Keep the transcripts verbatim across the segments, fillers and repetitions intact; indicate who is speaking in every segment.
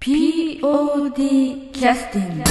Speaker 1: ピーオーディー キャスティング。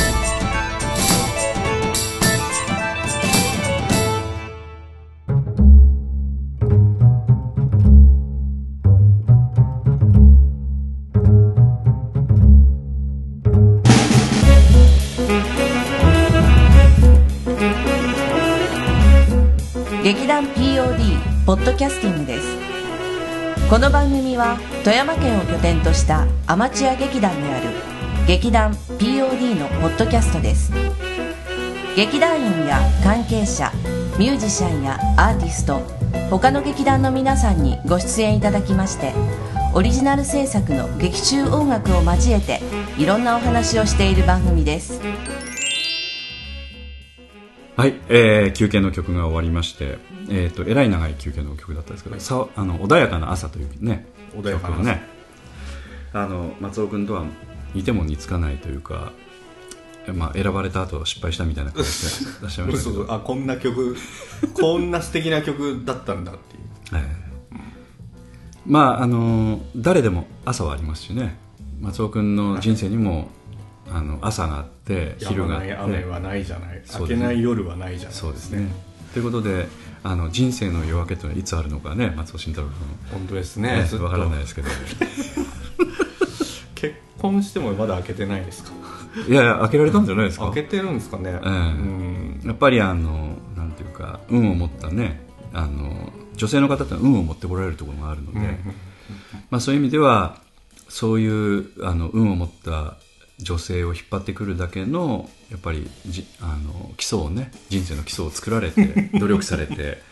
Speaker 1: 劇団 ピーオーディー ポッドキャスティングです。この番組は富山県を拠点としたアマチュア劇団である劇団 ピーオーディー のポッドキャストです。劇団員や関係者、ミュージシャンやアーティスト、他の劇団の皆さんにご出演いただきまして、オリジナル制作の劇中音楽を交えていろんなお話をしている番組です。
Speaker 2: はい、えー、休憩の曲が終わりまして、えー、とえらい長い休憩の曲だったんですけど、さあの穏やかな朝というね、
Speaker 3: 穏やかな朝、
Speaker 2: ね、あの松尾君とは似ても似つかないというか、まあ、選ばれた後失敗したみたいな感じで出しちゃいましたけど
Speaker 3: あ、こんな曲こんな素敵な曲だったんだっていう、
Speaker 2: えーうん、まああの誰でも朝はありますしね、松尾君の人生にもあの朝があって昼があって、
Speaker 3: 雨はないじゃない、明けない夜はないじゃない。
Speaker 2: そうですね。ということで、あの人生の夜明けというのはいつあるのかね、松尾慎太郎君。
Speaker 3: 本当ですね。
Speaker 2: わ、ね、からないですけど
Speaker 3: 結婚してもまだ開けてないですか？
Speaker 2: いやいや、開けられたんじゃないですか？
Speaker 3: 開けてるんですかね。
Speaker 2: えー、うんやっぱりあのなんていうか運を持ったね、あの女性の方って運を持ってこられるところがあるので、うんまあ、そういう意味ではそういうあの運を持った女性を引っ張ってくるだけのやっぱりじあの基礎をね、人生の基礎を作られて努力されて、え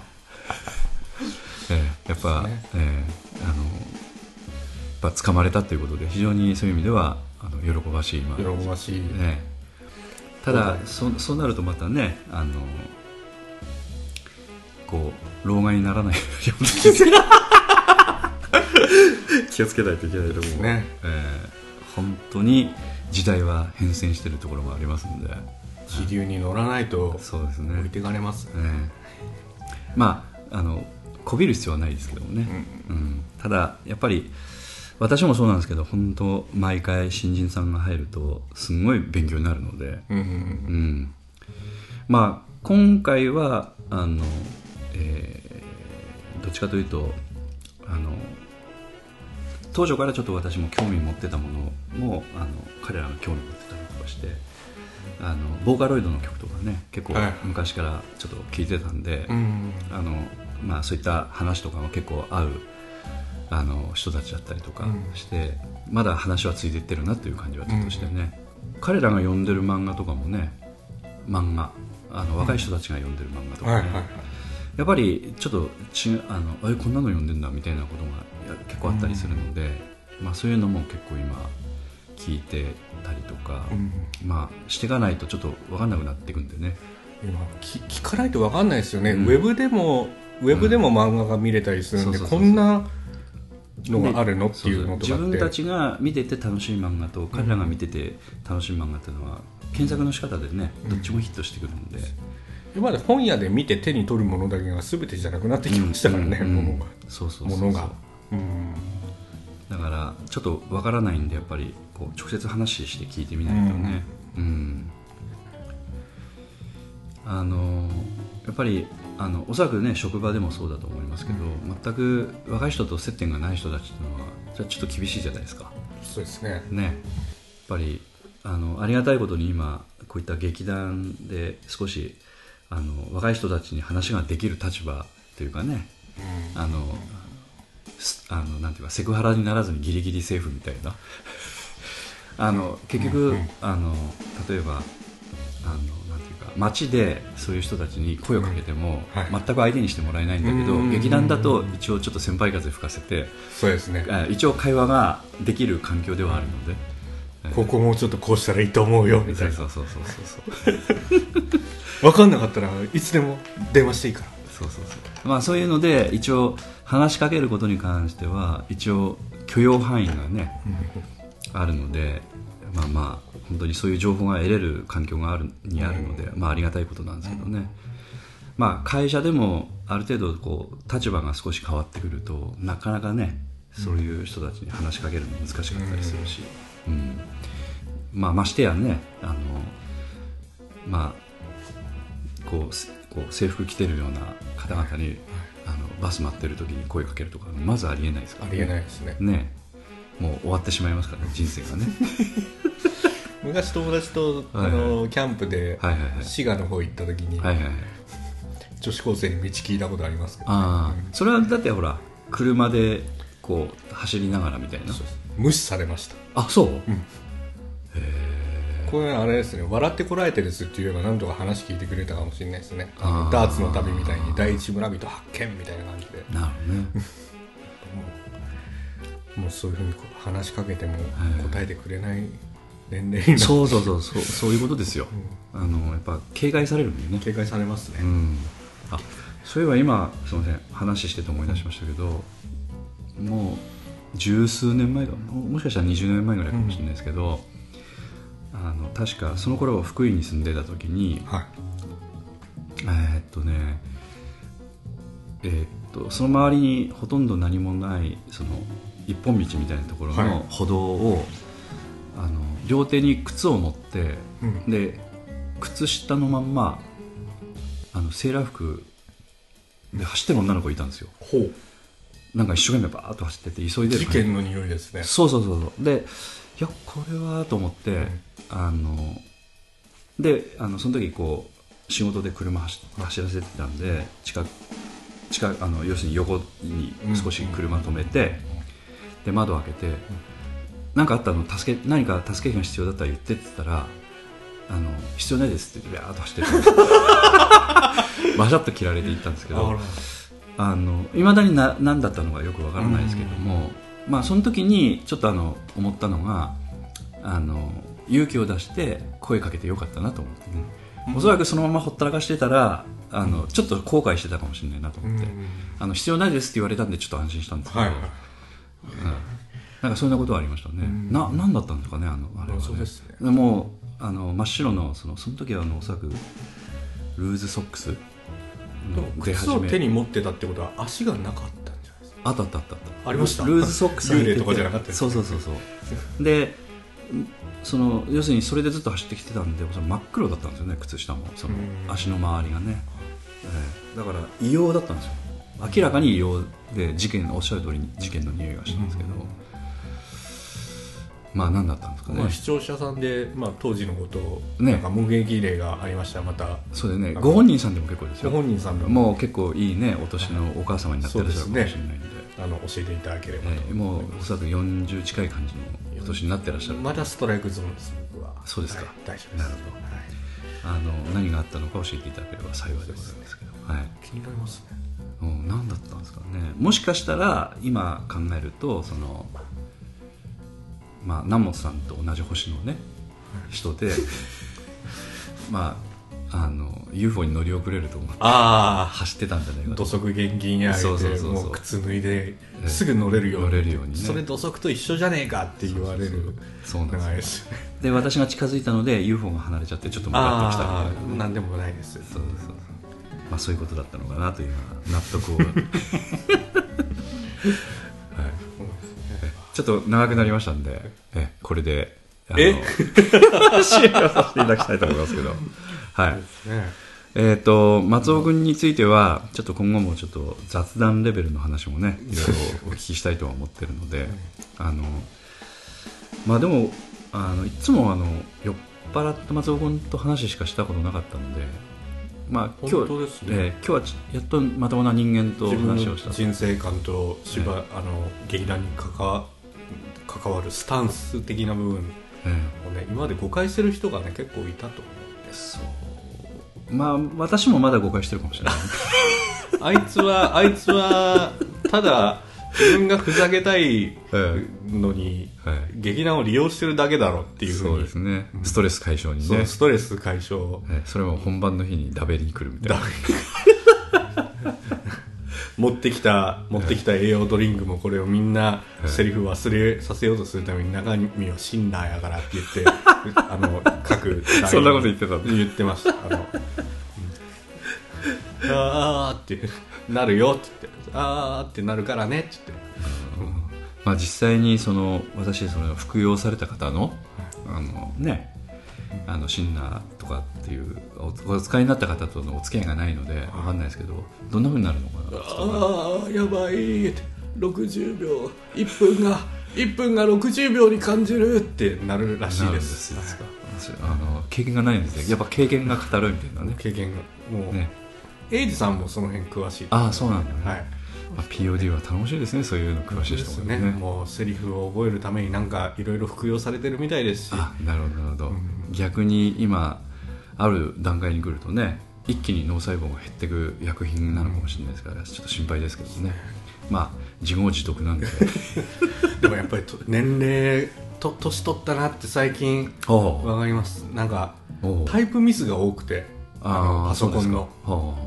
Speaker 2: ー、やっぱ、ねえー、あのやっぱ掴まれたということで非常にそういう意味ではあの喜ばしい、
Speaker 3: 喜ばしい、
Speaker 2: ね、ただ そ, そうなるとまたね、あのこう老害にならないように気をつけないといけないと思うね。えー本当に時代は変遷しているところもありますので、
Speaker 3: 時流に乗らないと
Speaker 2: そうですね、
Speaker 3: 置いてかれますね。
Speaker 2: まああのこびる必要はないですけどもね、うんうん、ただやっぱり私もそうなんですけど、本当毎回新人さんが入るとすごい勉強になるので、うんうんうん、まあ今回はあの、えー、どっちかというとあの当初からちょっと私も興味持ってたものもあの彼らが興味持ってたりとかして、あのボーカロイドの曲とかね結構昔からちょっと聴いてたんで、はい、あのまあ、そういった話とかも結構合うあの人たちだったりとかして、うん、まだ話はついていってるなという感じはちょっとしてね、うん、彼らが読んでる漫画とかもね、漫画あの若い人たちが読んでる漫画とかね、うんはいはいはい、やっぱりちょっとちあのあれこんなの読んでんだみたいなことが結構あったりするので、うんまあ、そういうのも結構今聞いてたりとか、うんまあ、していかないとちょっと分かんなくなっていくんでね。
Speaker 3: 今 聞, 聞かないと分かんないですよね、うん、ウェブでもウェブでも漫画が見れたりするんで、こんなのがあるのっていうのとかって、
Speaker 2: 自分たちが見てて楽しい漫画と彼らが見てて楽しい漫画っていうのは検索の仕方でね、どっちもヒットしてくるんで、
Speaker 3: 今まで本屋で見て手に取るものだけが全てじゃなくなってきましたからね、ものがものがうん
Speaker 2: だからちょっとわからないんで、やっぱりこう直接話して聞いてみないとね、うん、うん、あのやっぱりあのおそらくね職場でもそうだと思いますけど、うん、全く若い人と接点がない人たちっていうのはじゃあちょっと厳しいじゃないですか。
Speaker 3: そうですね。
Speaker 2: ね、やっぱり あのありがたいことに今こういった劇団で少しあの若い人たちに話ができる立場というかね、うん、あのあのなんていうかセクハラにならずにギリギリセーフみたいなあの結局、うんうん、あの例えばあのなんていうか街でそういう人たちに声をかけても、うんはい、全く相手にしてもらえないんだけど、劇団だと一応ちょっと先輩風吹かせて、
Speaker 3: そうですね、
Speaker 2: 一応会話ができる環境ではあるので、
Speaker 3: うん、ここもうちょっとこうしたらいいと思うよみたいな、
Speaker 2: そうそうそうそうそう
Speaker 3: 分かんなかったらいつでも電話していいから、
Speaker 2: そうそうそう、まあ、そういうので一応話しかけることに関しては一応許容範囲がね、うん、あるので、まあまあ本当にそういう情報が得れる環境があるにあるので、うん、まあ、ありがたいことなんですけどね、うん、まあ、会社でもある程度こう立場が少し変わってくるとなかなかねそういう人たちに話しかけるの難しかったりするし、うんうまあ、ましてやねあの、まあ、こうこう制服着てるような方々に、はい、あのバス待ってる時に声かけるとかまずありえないですからね。
Speaker 3: ありえないですね。
Speaker 2: ね、もう終わってしまいますからね、人生がね。
Speaker 3: 昔友達と、はいはい、あのキャンプで、はいはいはい、滋賀の方行った時に、はいはいはい、女子高生に道聞いたことありますけど、ね、
Speaker 2: あ、うん、それはだってほら車でこう走りながらみたいな。
Speaker 3: 無視されました。
Speaker 2: あ、そう、うん、へ
Speaker 3: ー、これあれですね、笑ってこらえてですって言えば何とか話聞いてくれたかもしれないですね。あのダーツの旅みたいに第一村人発見みたいな感じで。
Speaker 2: なるほどね。
Speaker 3: もうそういうふうに話しかけても答えてくれない年齢に、
Speaker 2: そうそうそうそう、そういうことですよ、うん、あのやっぱ警戒されるんだよね。
Speaker 3: 警戒されますね、
Speaker 2: うん、あ、そういえば今すみません話してて思い出しましたけど、もう十数年前か も, もしかしたらにじゅうねんまえぐらいかもしれないですけど、うん、あの確かその頃福井に住んでた時に、はい、えー、っとねえー、っとその周りにほとんど何もないその一本道みたいなところの歩道を、はい、あの両手に靴を持って、うん、で靴下のまんまあのセーラー服で走ってる女の子いたんですよ。ほう、なんか一生懸命バーッと走ってて急いでる、
Speaker 3: 事件の匂いですね。
Speaker 2: そうそうそうそう。で、いやこれはと思って、うん、あのであのその時こう仕事で車 走, 走らせてたんで近近あの要するに横に少し車止めて、うんうん、で窓開けて、うん、何かあったの助け何か助けが必要だったら言ってって言ったら、あの必要ないですって言ってビャーッと走ってバシャッと切られていったんですけど、あの未だにな何だったのかよくわからないですけども、まあ、その時にちょっとあの思ったのが、あの勇気を出して声かけてよかったなと思って、ね、うん、おそらくそのままほったらかしてたらあのちょっと後悔してたかもしれないなと思って、うん、あの必要ないですって言われたんでちょっと安心したんですけど、はいはい、うん、なんかそんなことはありましたね、うん、な何だったんですかね、あのあれはね。そうですね、もうあの真っ白のそのその時はあのおそらくルーズソックス
Speaker 3: 靴を手に持ってたってことは足がなかったんじゃないですか。
Speaker 2: あったあったあったあった、
Speaker 3: ありました。
Speaker 2: ルーズソックス
Speaker 3: 幽霊とかじゃなかったです。
Speaker 2: そうそうそうそうでその要するにそれでずっと走ってきてたんで真っ黒だったんですよね、靴下もその足の周りがね、えー、だから異様だったんですよ。明らかに異様で事件おっしゃる通りに事件の匂いがしたんですけど、まあ何だったんですかね、
Speaker 3: まあ、視聴者さんで、まあ、当時のことを、ね、なんか目撃例がありましたらまた
Speaker 2: そうでね、ご本人さんでも結構ですよ。
Speaker 3: ご本人さんでも
Speaker 2: もう結構いいねお年のお母様になってらっしゃるかもしれないんで、
Speaker 3: ね、あの教えていただければと、
Speaker 2: えー、もうおそらくよんじゅう近い感じのお年になってらっしゃる。
Speaker 3: まだストライクゾーンです僕は。
Speaker 2: そうですか、
Speaker 3: はい、大丈夫です。
Speaker 2: なるほど、はい、あの何があったのか教えていただければ幸いでございますけど、はい、
Speaker 3: 気になりますね。
Speaker 2: うん、何だったんですかね。もしかしたら今考えるとそのまあ、南本さんと同じ星のね人でまああの ユーフォー に乗り遅れると思って走ってたんじゃないかと。
Speaker 3: 土足厳禁や上げてもう靴脱いですぐ乗れるように、乗れるようにね、それ土足と一緒じゃねえかって言われる。
Speaker 2: そうなんですよ。で私が近づいたので ユーフォー が離れちゃってちょっと向かってきたみたいな、
Speaker 3: ね、なんでもないです。
Speaker 2: そうそうそう、まあ、そういうことだったのかなという納得をちょっと長くなりましたんで、えこれであの
Speaker 3: え
Speaker 2: シェアさせていただきたいと思いますけど、はい、ね、えっ、ー、と松尾君についてはちょっと今後もちょっと雑談レベルの話もねいろいろお聞きしたいとは思ってるのであのまあでもあのいつもあの酔っ払った松尾君と話しかしたことなかったので、まあ、今日、ねえー、今日はやっとまともな人間と話をした。
Speaker 3: 人生観としば、えー、あの劇団に関わ関わるスタンス的な部分をね、えー、今まで誤解してる人がね結構いたと思うんです。
Speaker 2: そう、まあ私もまだ誤解してるかもしれない
Speaker 3: あいつはあいつはただ自分がふざけたいのに、はい、劇団を利用してるだけだろっていうふうに。
Speaker 2: そうですね、ストレス解消にね。そう
Speaker 3: ストレス解消、
Speaker 2: はい、それも本番の日にダベリに来るみたいな
Speaker 3: 持ってきた持ってきた栄養ドリンクもこれをみんなセリフ忘れさせようとするために中身はシンナーやからって言ってあの各
Speaker 2: そんなこと言ってたん
Speaker 3: 言ってました。あの、うん、あーってなるよって言って、あーってなるからねって言って、
Speaker 2: うん、まあ、実際にその私その服用された方のあのねあのシンナーとかっていう お, お使いになった方とのお付き合いがないので分かんないですけど、どんな風になるのかな。
Speaker 3: ああやばいろくじゅうびょういっぷんがいっぷんがろくじゅうびょうに感じるってなるらしいです。
Speaker 2: ですか。あの経験がないんですよ。やっぱ経験が語るみたいなね。
Speaker 3: 経験がもう、
Speaker 2: ね、
Speaker 3: エイジさんもその辺詳しい。
Speaker 2: ああそうなんだね、
Speaker 3: はい。
Speaker 2: まあ、ピーオーディー は楽しいですね、そういうの詳しい人も ね,
Speaker 3: ねもうセリフを覚えるためになんかいろいろ服用されてるみたいですし。
Speaker 2: あなるほどなるほど、
Speaker 3: うん、
Speaker 2: 逆に今ある段階に来るとね一気に脳細胞が減っていく薬品なのかもしれないですから、うん、ちょっと心配ですけどね。まあ自業自得なんで
Speaker 3: でもやっぱり年齢と年取ったなって最近わかります。なんかタイプミスが多くて、あのパソコンの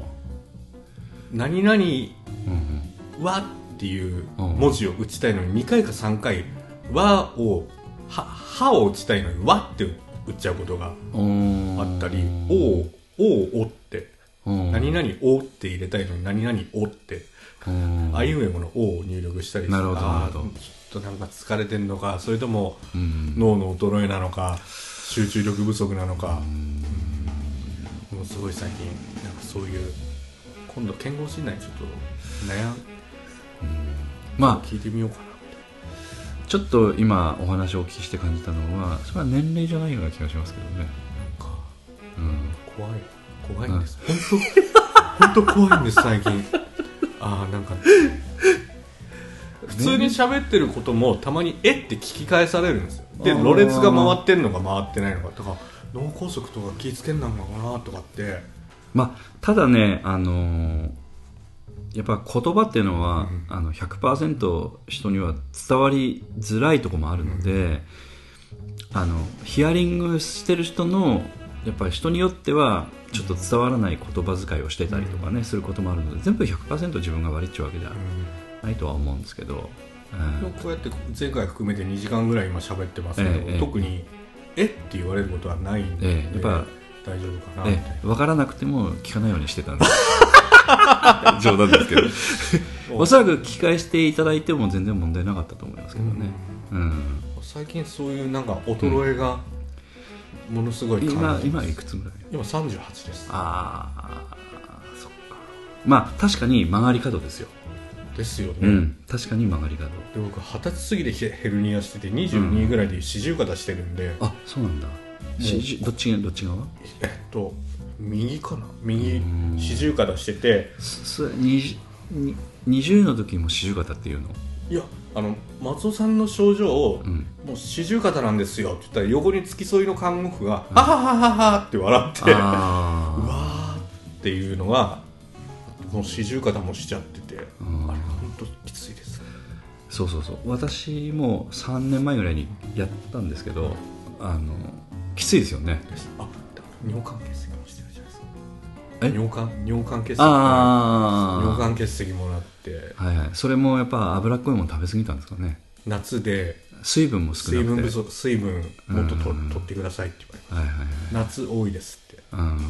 Speaker 3: 何々、うんうん、わっていう文字を打ちたいのににかいかさんかいわをは、はを打ちたいのにわって打っちゃうことがあったり、おをおをおって何々おって入れたいのに何々おってあいうえおのおを入力したりして、
Speaker 2: なるほどなるほど、
Speaker 3: きっとなんか疲れてんのか、それとも脳の衰えなのか集中力不足なのか、うん、もうすごい最近なんかそういう今度健康診断にちょっと悩ん、まあ聞いてみようかな。
Speaker 2: ちょっと今お話をお聞きして感じたのは、それは年齢じゃないような気がしますけどね。なんか、
Speaker 3: うん、怖い怖いんです、うん、本当本当怖いんです最近。ああなんか普通に喋ってることもたまにえって聞き返されるんですよ。でろれつが回ってるのか回ってないのかとか、脳梗塞とか気ぃつけんなんのかなとかって。
Speaker 2: まあただね、あのー、やっぱ言葉っていうのは、うん、あの ひゃくパーセント 人には伝わりづらいところもあるので、うん、あのヒアリングしてる人のやっぱり人によってはちょっと伝わらない言葉遣いをしてたりとかね、うん、することもあるので、全部 ひゃくパーセント 自分が悪いっちゅうわけではないとは思うんですけど、
Speaker 3: うん、こうやって前回含めてにじかんぐらい今喋ってますけど、ええ、特にえって言われることはないんで、ええ、やっぱ大丈夫かなみたいな、え
Speaker 2: え、分からなくても聞かないようにしてたんです冗談ですけどおそらく聞き返していただいても全然問題なかったと思いますけどね、うんうん、
Speaker 3: 最近そういうなんか衰えがものすごい感じ、
Speaker 2: 今今いくつぐらい？
Speaker 3: 今さんじゅうはちです。
Speaker 2: ああそっか。まあ確かに曲がり角ですよ。
Speaker 3: ですよね、
Speaker 2: うん、確かに曲がり角で、
Speaker 3: 僕はたち過ぎでヘルニアしててにじゅうにぐらいで四十肩してるんで、うん、
Speaker 2: あそうなんだ。どっちどっち側？
Speaker 3: えっと右かな、右四十肩してて、
Speaker 2: それにじゅうの時も四十肩っていうの？
Speaker 3: いやあの松尾さんの症状を、うん、もう四十肩なんですよって言ったら横に付き添いの看護婦が、うん、はははははって笑って、うわーっていうのがもう四十肩もしちゃってて、あれ本当きついです。
Speaker 2: そうそうそう、私もさんねんまえぐらいにやったんですけど、うん、あのきついですよね。
Speaker 3: あ、尿管結石もしてるじゃないですか。
Speaker 2: え
Speaker 3: 尿管尿管結石あ尿管結石もらって、
Speaker 2: はいはい、それもやっぱ脂っこいもの食べ過ぎたんですかね。
Speaker 3: 夏で
Speaker 2: 水分も少なくて、
Speaker 3: 水分不足、水分もっとと、うん、取ってくださいって言われて、はいはいはい、夏多いですって、うんうん、もう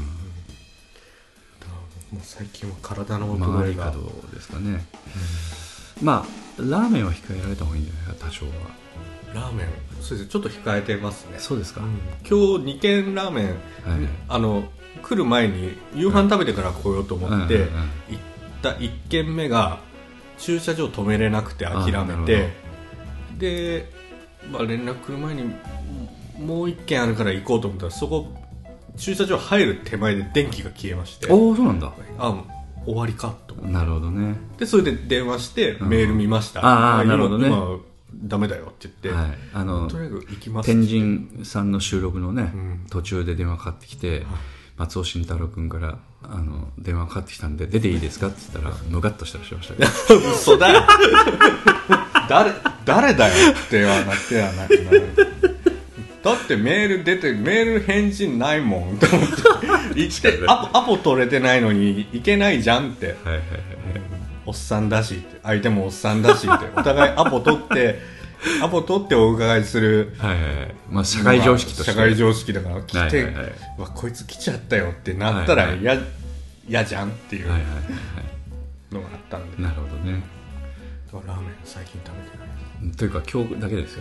Speaker 3: 最近は体の衰えが
Speaker 2: 周り角ですかね、うん、まあラーメンは控えられた方がいいんじゃないか、多少は。
Speaker 3: ラーメンそうです、ちょっと控えてますね。
Speaker 2: そうですか、うん、
Speaker 3: 今日に軒ラーメン、はい、あの来る前に夕飯食べてから来ようと思って行ったいっ軒目が駐車場止めれなくて諦めて、で、まあ、連絡来る前にもういっ軒あるから行こうと思ったら、そこ駐車場入る手前で電気が消えまして、
Speaker 2: おーそうなんだ、
Speaker 3: あ終わりかと思って。
Speaker 2: なるほどね。
Speaker 3: でそれで電話してメール見ました、
Speaker 2: ああなるほどね、
Speaker 3: 今ダメだよって言って、はい、
Speaker 2: あの
Speaker 3: とにかく行きます
Speaker 2: 天神さんの収録のね、うん、途中で電話かかってきて、はい、松尾慎太郎君からあの電話かかってきたんで出ていいですかって言ったらムカッとしたりしましたけど
Speaker 3: 嘘だよ誰, 誰だよってはなってはなくなるだってメール出てメール返信ないもんと思って行ってアポ、アポ取れてないのに行けないじゃんって、はいはいはい、おっさんだしって相手もおっさんだしってお互いアポ取ってアポ取ってお伺いする、
Speaker 2: はいはいはい、まあ、社会常識として、
Speaker 3: 社会常識だから来て、はいはいはい、わこいつ来ちゃったよってなったら嫌、はいはい、じゃんっていうのがあったんで、
Speaker 2: なるほどね。
Speaker 3: ラーメン最近食べてない
Speaker 2: というか今日だけですよ。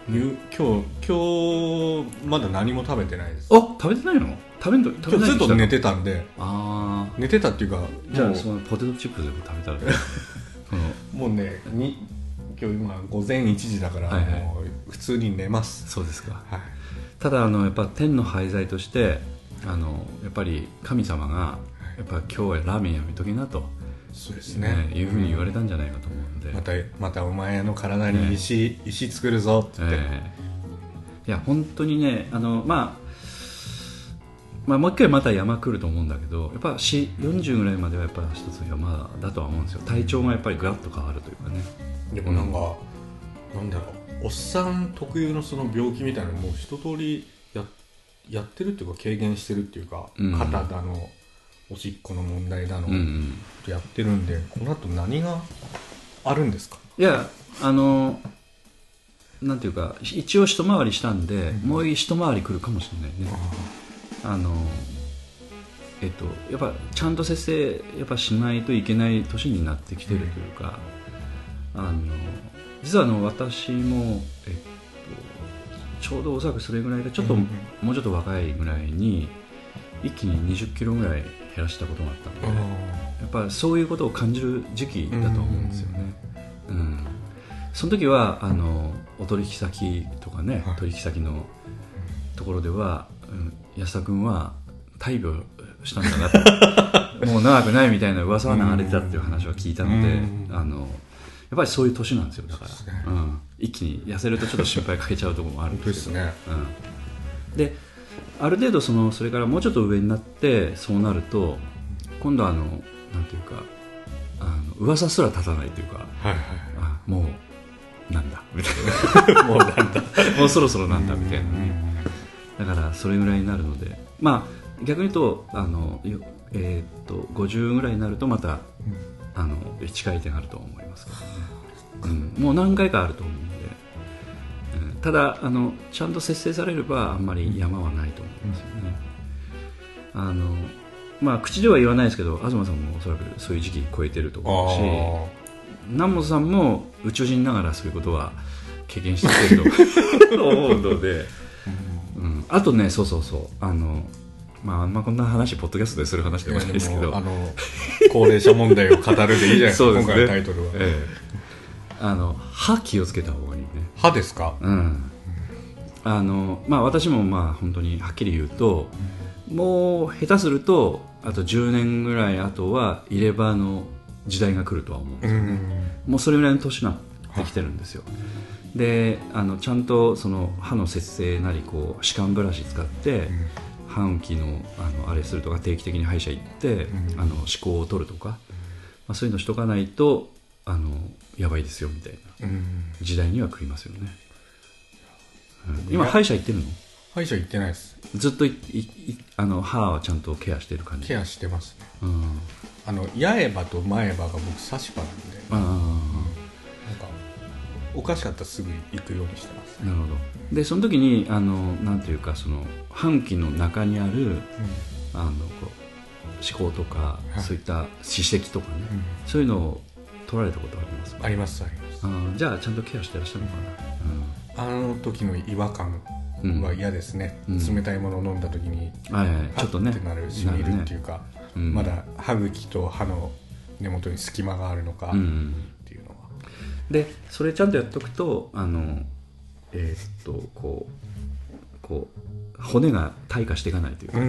Speaker 3: ゆ今日今日まだ何も食べてないです。
Speaker 2: あ、食べてないの？食べんと食べない
Speaker 3: 今日ずっと寝てたんで。
Speaker 2: ああ。
Speaker 3: 寝てたっていうか、
Speaker 2: じゃあそのポテトチップスでも食べたら
Speaker 3: もうねに今日今午前いちじだから、はいはい、もう普通に寝ます。
Speaker 2: そうですか、
Speaker 3: はい、
Speaker 2: ただあのやっぱ天の廃材としてあのやっぱり神様がやっぱ今日はラーメンやめときなと、
Speaker 3: そうですね、
Speaker 2: ねいうふうに言われたんじゃないかと思うんで、
Speaker 3: またまたお前の体に石、ね、石作るぞって言って、
Speaker 2: えー、いや本当にねあの、まあ、まあもう一回また山来ると思うんだけど、やっぱよんじゅうぐらいまではやっぱ一つ山だとは思うんですよ。体調がやっぱりガラッと変わるというかね。
Speaker 3: でもなんか、うん、なんだろう、おっさん特有のその病気みたいなのもう一通り や, やってるっていうか軽減してるっていうか、うん、肩だのおしっこの問題だの、うんうん、やってるんで、この後何があるんですか？
Speaker 2: いやあのなんていうか一応一回りしたんで、うん、もう一回り来るかもしれないね。あのえっとやっぱちゃんと節制やっぱしないといけない年になってきてるというか、うん、あの実はあの私も、えっと、ちょうどおそらくそれぐらいでちょっと、うんうん、もうちょっと若いぐらいに一気ににじゅっキロぐらい減らしたことがあったので、やっぱそういうことを感じる時期だと思うんですよね。うんうん、その時はあのお取引先とかね、はい、取引先のところでは、うん、安田君は大病したんだなともう長くないみたいな噂は流れてたっていう話を聞いたので、あのやっぱりそういう年なんですよ。だから、ね、うん、一気に痩せるとちょっと心配かけちゃうところもあるんですけど
Speaker 3: ね、
Speaker 2: うん、である程度そのそれからもうちょっと上になってそうなると今度はあのなんていうかあの噂すら立たないというか、
Speaker 3: はいはい、
Speaker 2: あもうなんだみたいなもうなんだもうそろそろなんだみたいなね。だからそれぐらいになるので、まあ逆に言うとあの、えー、っとごじゅうぐらいになるとまた、うん、あの近い点あると思いますけどね、うん、もう何回かあると思うんで、うん、ただあのちゃんと節制されればあんまり山はないと思いますよね。うん、あのまあ口では言わないですけど東さんもおそらくそういう時期超えてると思うし、南本さんも宇宙人ながらそういうことは経験してると思うので、うん、あとねそうそうそうあのまあ、あんまこんな話ポッドキャストでする話でもないですけど、
Speaker 3: あの高齢者問題を語るでいいじゃないですか。そうですね、今回のタイトルは、え
Speaker 2: え、あの歯気をつけた方がいいね。
Speaker 3: 歯ですか？
Speaker 2: うん、あのまあ、私もまあ本当にはっきり言うと、うん、もう下手するとあとじゅうねんぐらい後は入れ歯の時代が来るとは思うんですよね。うん、もうそれぐらいの年になってきてるんですよ。であのちゃんとその歯の節制なりこう歯間ブラシ使って、うん、歯茎の あのあれするとか定期的に歯医者行って、うん、あの歯垢を取るとか、まあ、そういうのしとかないとあのやばいですよみたいな時代には来りますよね。うん、今歯医者行ってるの？
Speaker 3: 歯医者行ってないです。
Speaker 2: ずっといいいあの歯はちゃんとケアしてる感じ？
Speaker 3: ケアしてますね。うん、あの八重歯と前歯が僕差し歯なんで、あ、うん、なんかおかしかったらすぐ行くようにしてます、ね。
Speaker 2: なるほど。でその時にあのなんていうかその歯茎の中にある、うん、あのこう歯垢とか、はい、そういった歯石とかね、うん、そういうのを取られたことありますか？
Speaker 3: ありますあります。
Speaker 2: あ、じゃあちゃんとケアしてらっしゃるのか
Speaker 3: な。うん、あの時の違和感は嫌ですね。うん、冷たいものを飲んだ時に、
Speaker 2: はいはい、ちょっとね
Speaker 3: ってなるしみるっていうか、ね、うん、まだ歯茎と歯の根元に隙間があるのか、うん、っていうのは。
Speaker 2: でそれちゃんとやっとくとあのえー、っとこうこう骨が退化していかないというか、うん、うん、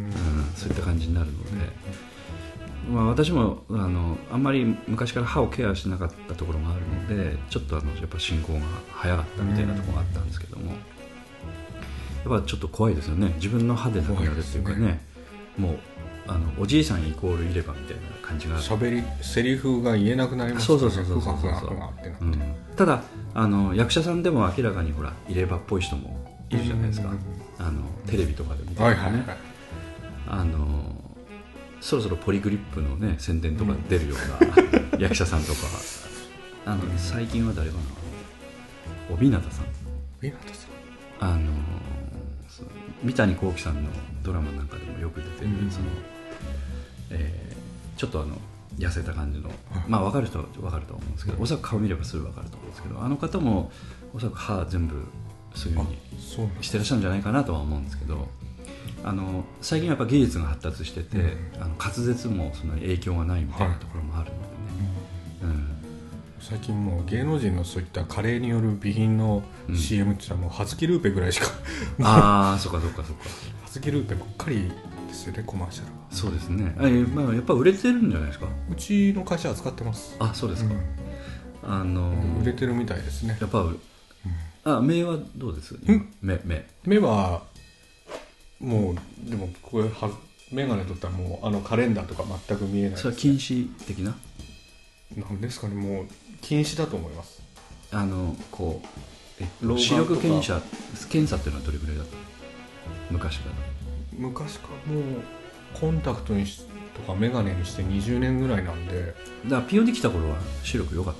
Speaker 2: そういった感じになるので、まあ、私もあのあんまり昔から歯をケアしなかったところがあるのでちょっとあのやっぱ進行が早かったみたいなところがあったんですけども、やっぱちょっと怖いですよね。自分の歯でなくなるっていうかね、もうあのおじいさんイコール入れ歯みたいな感じが
Speaker 3: しゃべりセリフが言えなくなりますね。
Speaker 2: そうそうそうそうそうそう、うん、ただあの役者さんでも明らかにほら入れ歯っぽい人もいるじゃないですか。あのテレビとかで見てるとね、はいはいはい、あのそろそろポリグリップのね宣伝とか出るような役者さんとかあの最近は誰かな、帯名さん
Speaker 3: 帯名さ
Speaker 2: んあの三谷幸喜さんのドラマなんかでもよく出てる、うん、そのえー、ちょっとあの痩せた感じの、まあ分かる人は分かると思うんですけど、おそらく顔見ればすぐ分かると思うんですけど、あの方もおそらく歯全部そういうふうにしてらっしゃるんじゃないかなとは思うんですけど、あの最近はやっぱ技術が発達してて、うん、あの滑舌もそんなに影響がないみたいなところもあるのでね、はい、うん、
Speaker 3: 最近もう芸能人のそういった加齢による備品の シーエム っていうのはもう葉月ルーペぐらいしか、
Speaker 2: うん、ああそっかそっかそっか
Speaker 3: 葉月ルーペばっかりですよね、コマーシャルは。
Speaker 2: そうですね、え、まあ、やっぱ売れてるんじゃないですか。
Speaker 3: うちの会社は使ってます。
Speaker 2: あ、そうですか、うん、あのー、
Speaker 3: 売れてるみたいですね。
Speaker 2: やっぱ、うん、あ、目はどうです？目目
Speaker 3: 目はもうでもこれは眼鏡取ったらもうあのカレンダーとか全く見えないです、ね、
Speaker 2: それは近視的な
Speaker 3: なんですかね、もう近視だと思います。
Speaker 2: あのこうえ視力検査検査っていうのはどれぐらいだったの？昔から
Speaker 3: 昔からもうコンタクトにしとか眼鏡にしてにじゅうねんぐらいなんで、
Speaker 2: だからピオンで来た頃は視力良かった？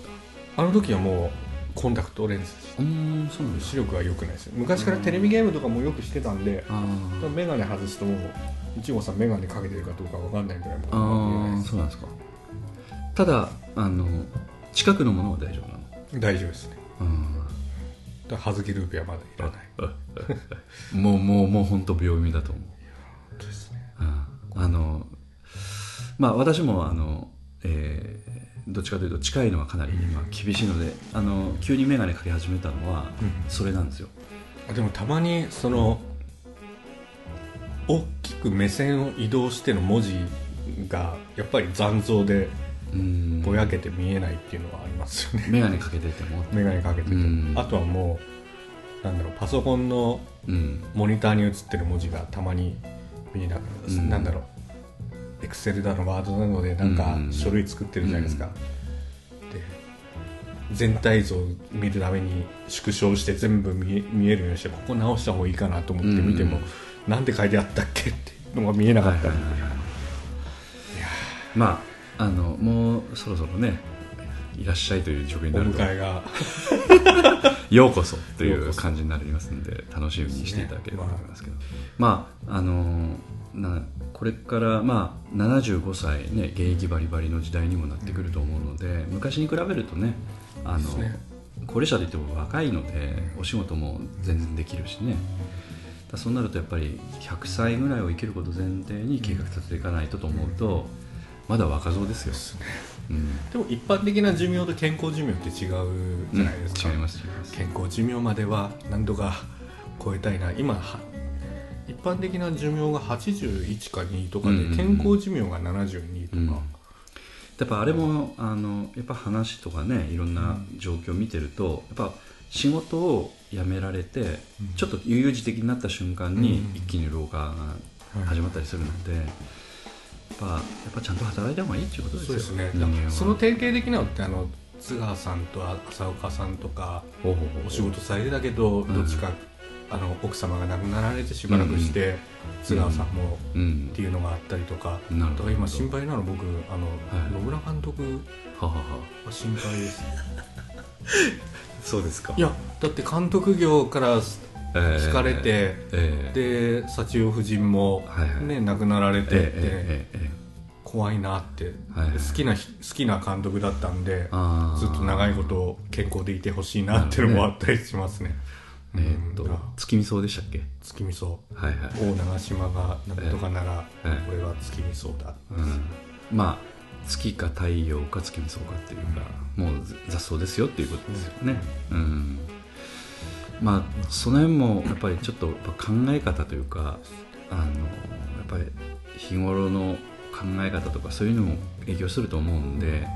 Speaker 3: あの時はもうコンタクトレンズでした。
Speaker 2: うん、そうなんだ。
Speaker 3: 視力は良くないです。昔からテレビゲームとかもよくしてたんで、眼鏡外すともう一号さん眼鏡かけてるかどうか分かんないぐらいも
Speaker 2: ああ、そうなんですか。ただあの近くのものは大丈夫なの？大
Speaker 3: 丈夫ですね。うん、だ葉月ルーペはまだいらない
Speaker 2: もうもうもう本当秒読みだと思う。
Speaker 3: 本当ですね。
Speaker 2: うん、あのまあ私もあの、えー、どっちかというと近いのはかなり今厳しいので、あの急に眼鏡かけ始めたのはそれなんですよ。
Speaker 3: うん、でもたまにその大きく目線を移動しての文字がやっぱり残像でぼやけて見えないっていうのはありますよね。
Speaker 2: 眼鏡かけてても
Speaker 3: 眼鏡かけてても、あとはもうなんだろう、パソコンのモニターに映ってる文字がたまに見えなくなる、うん、なんだろう、エクセルだのワードなのでなんか書類作ってるじゃないですか、うん、で全体像を見るために縮小して全部 見, 見えるようにして、ここ直した方がいいかなと思って見ても、うんうん、なんて書いてあったっけっていうのが見えなかったり、はいはいはいはい、い
Speaker 2: やまああのもうそろそろねいらっしゃいという状況になると、お迎えがようこそという感じになりますので楽しみにしていただければと思いますけど、ね、まあ、まあ、あのなこれから、まあ、ななじゅうごさい、ね、現役バリバリの時代にもなってくると思うので、うん、昔に比べるとね、あのね高齢者といっても若いのでお仕事も全然できるしね、だそうなるとやっぱりひゃくさいぐらいを生きることを前提に計画立てていかないとと思うと、うん、まだ若造ですよ。うん、でも
Speaker 3: 一般的な寿命と健康寿命って違うじゃないですか、
Speaker 2: うん、違います違います。
Speaker 3: 健康寿命までは何とか超えたいな。今は一般的な寿命がはちじゅういちかにとかで、うんうんうん、健康寿命がななじゅうにとか、うん、や
Speaker 2: っぱあれもあのやっぱ話とかね、いろんな状況を見てると、やっぱ仕事を辞められて、うん、ちょっと悠々自適になった瞬間に一気に老化が始まったりするので、はい、やっぱ、やっぱちゃんと働いた方がいいっていうことですよ。
Speaker 3: そうですね。その典型的なのってあの津川さんと浅岡さんとかお仕事されてたけど、どっちか、うん、あの奥様が亡くなられてしばらくして、うん、津川さんも、うん、っていうのがあったりとか、うん、だから今心配なの僕あの、はい、野村監督は心配ですね。
Speaker 2: そうですか。
Speaker 3: いやだって監督業から聞かれて、えーえー、で幸代夫人も、ね、はいはい、亡くなられて、えーえーえー、怖いなって、はいはい、好きな好きな監督だったんで、ずっと長いこと健康でいてほしいなっていうのもあったりしますね。
Speaker 2: えー、っと月見草でしたっけ？
Speaker 3: 月見草、はい
Speaker 2: はい、
Speaker 3: 大長島がなんとかなら、えー、これは月見草だ、
Speaker 2: うん、まあ月か太陽か月見草かっていうか、うん、もう雑草ですよっていうことですよね、うんうん、まあその辺もやっぱりちょっと考え方というか、あのやっぱり日頃の考え方とかそういうのも影響すると思うんで、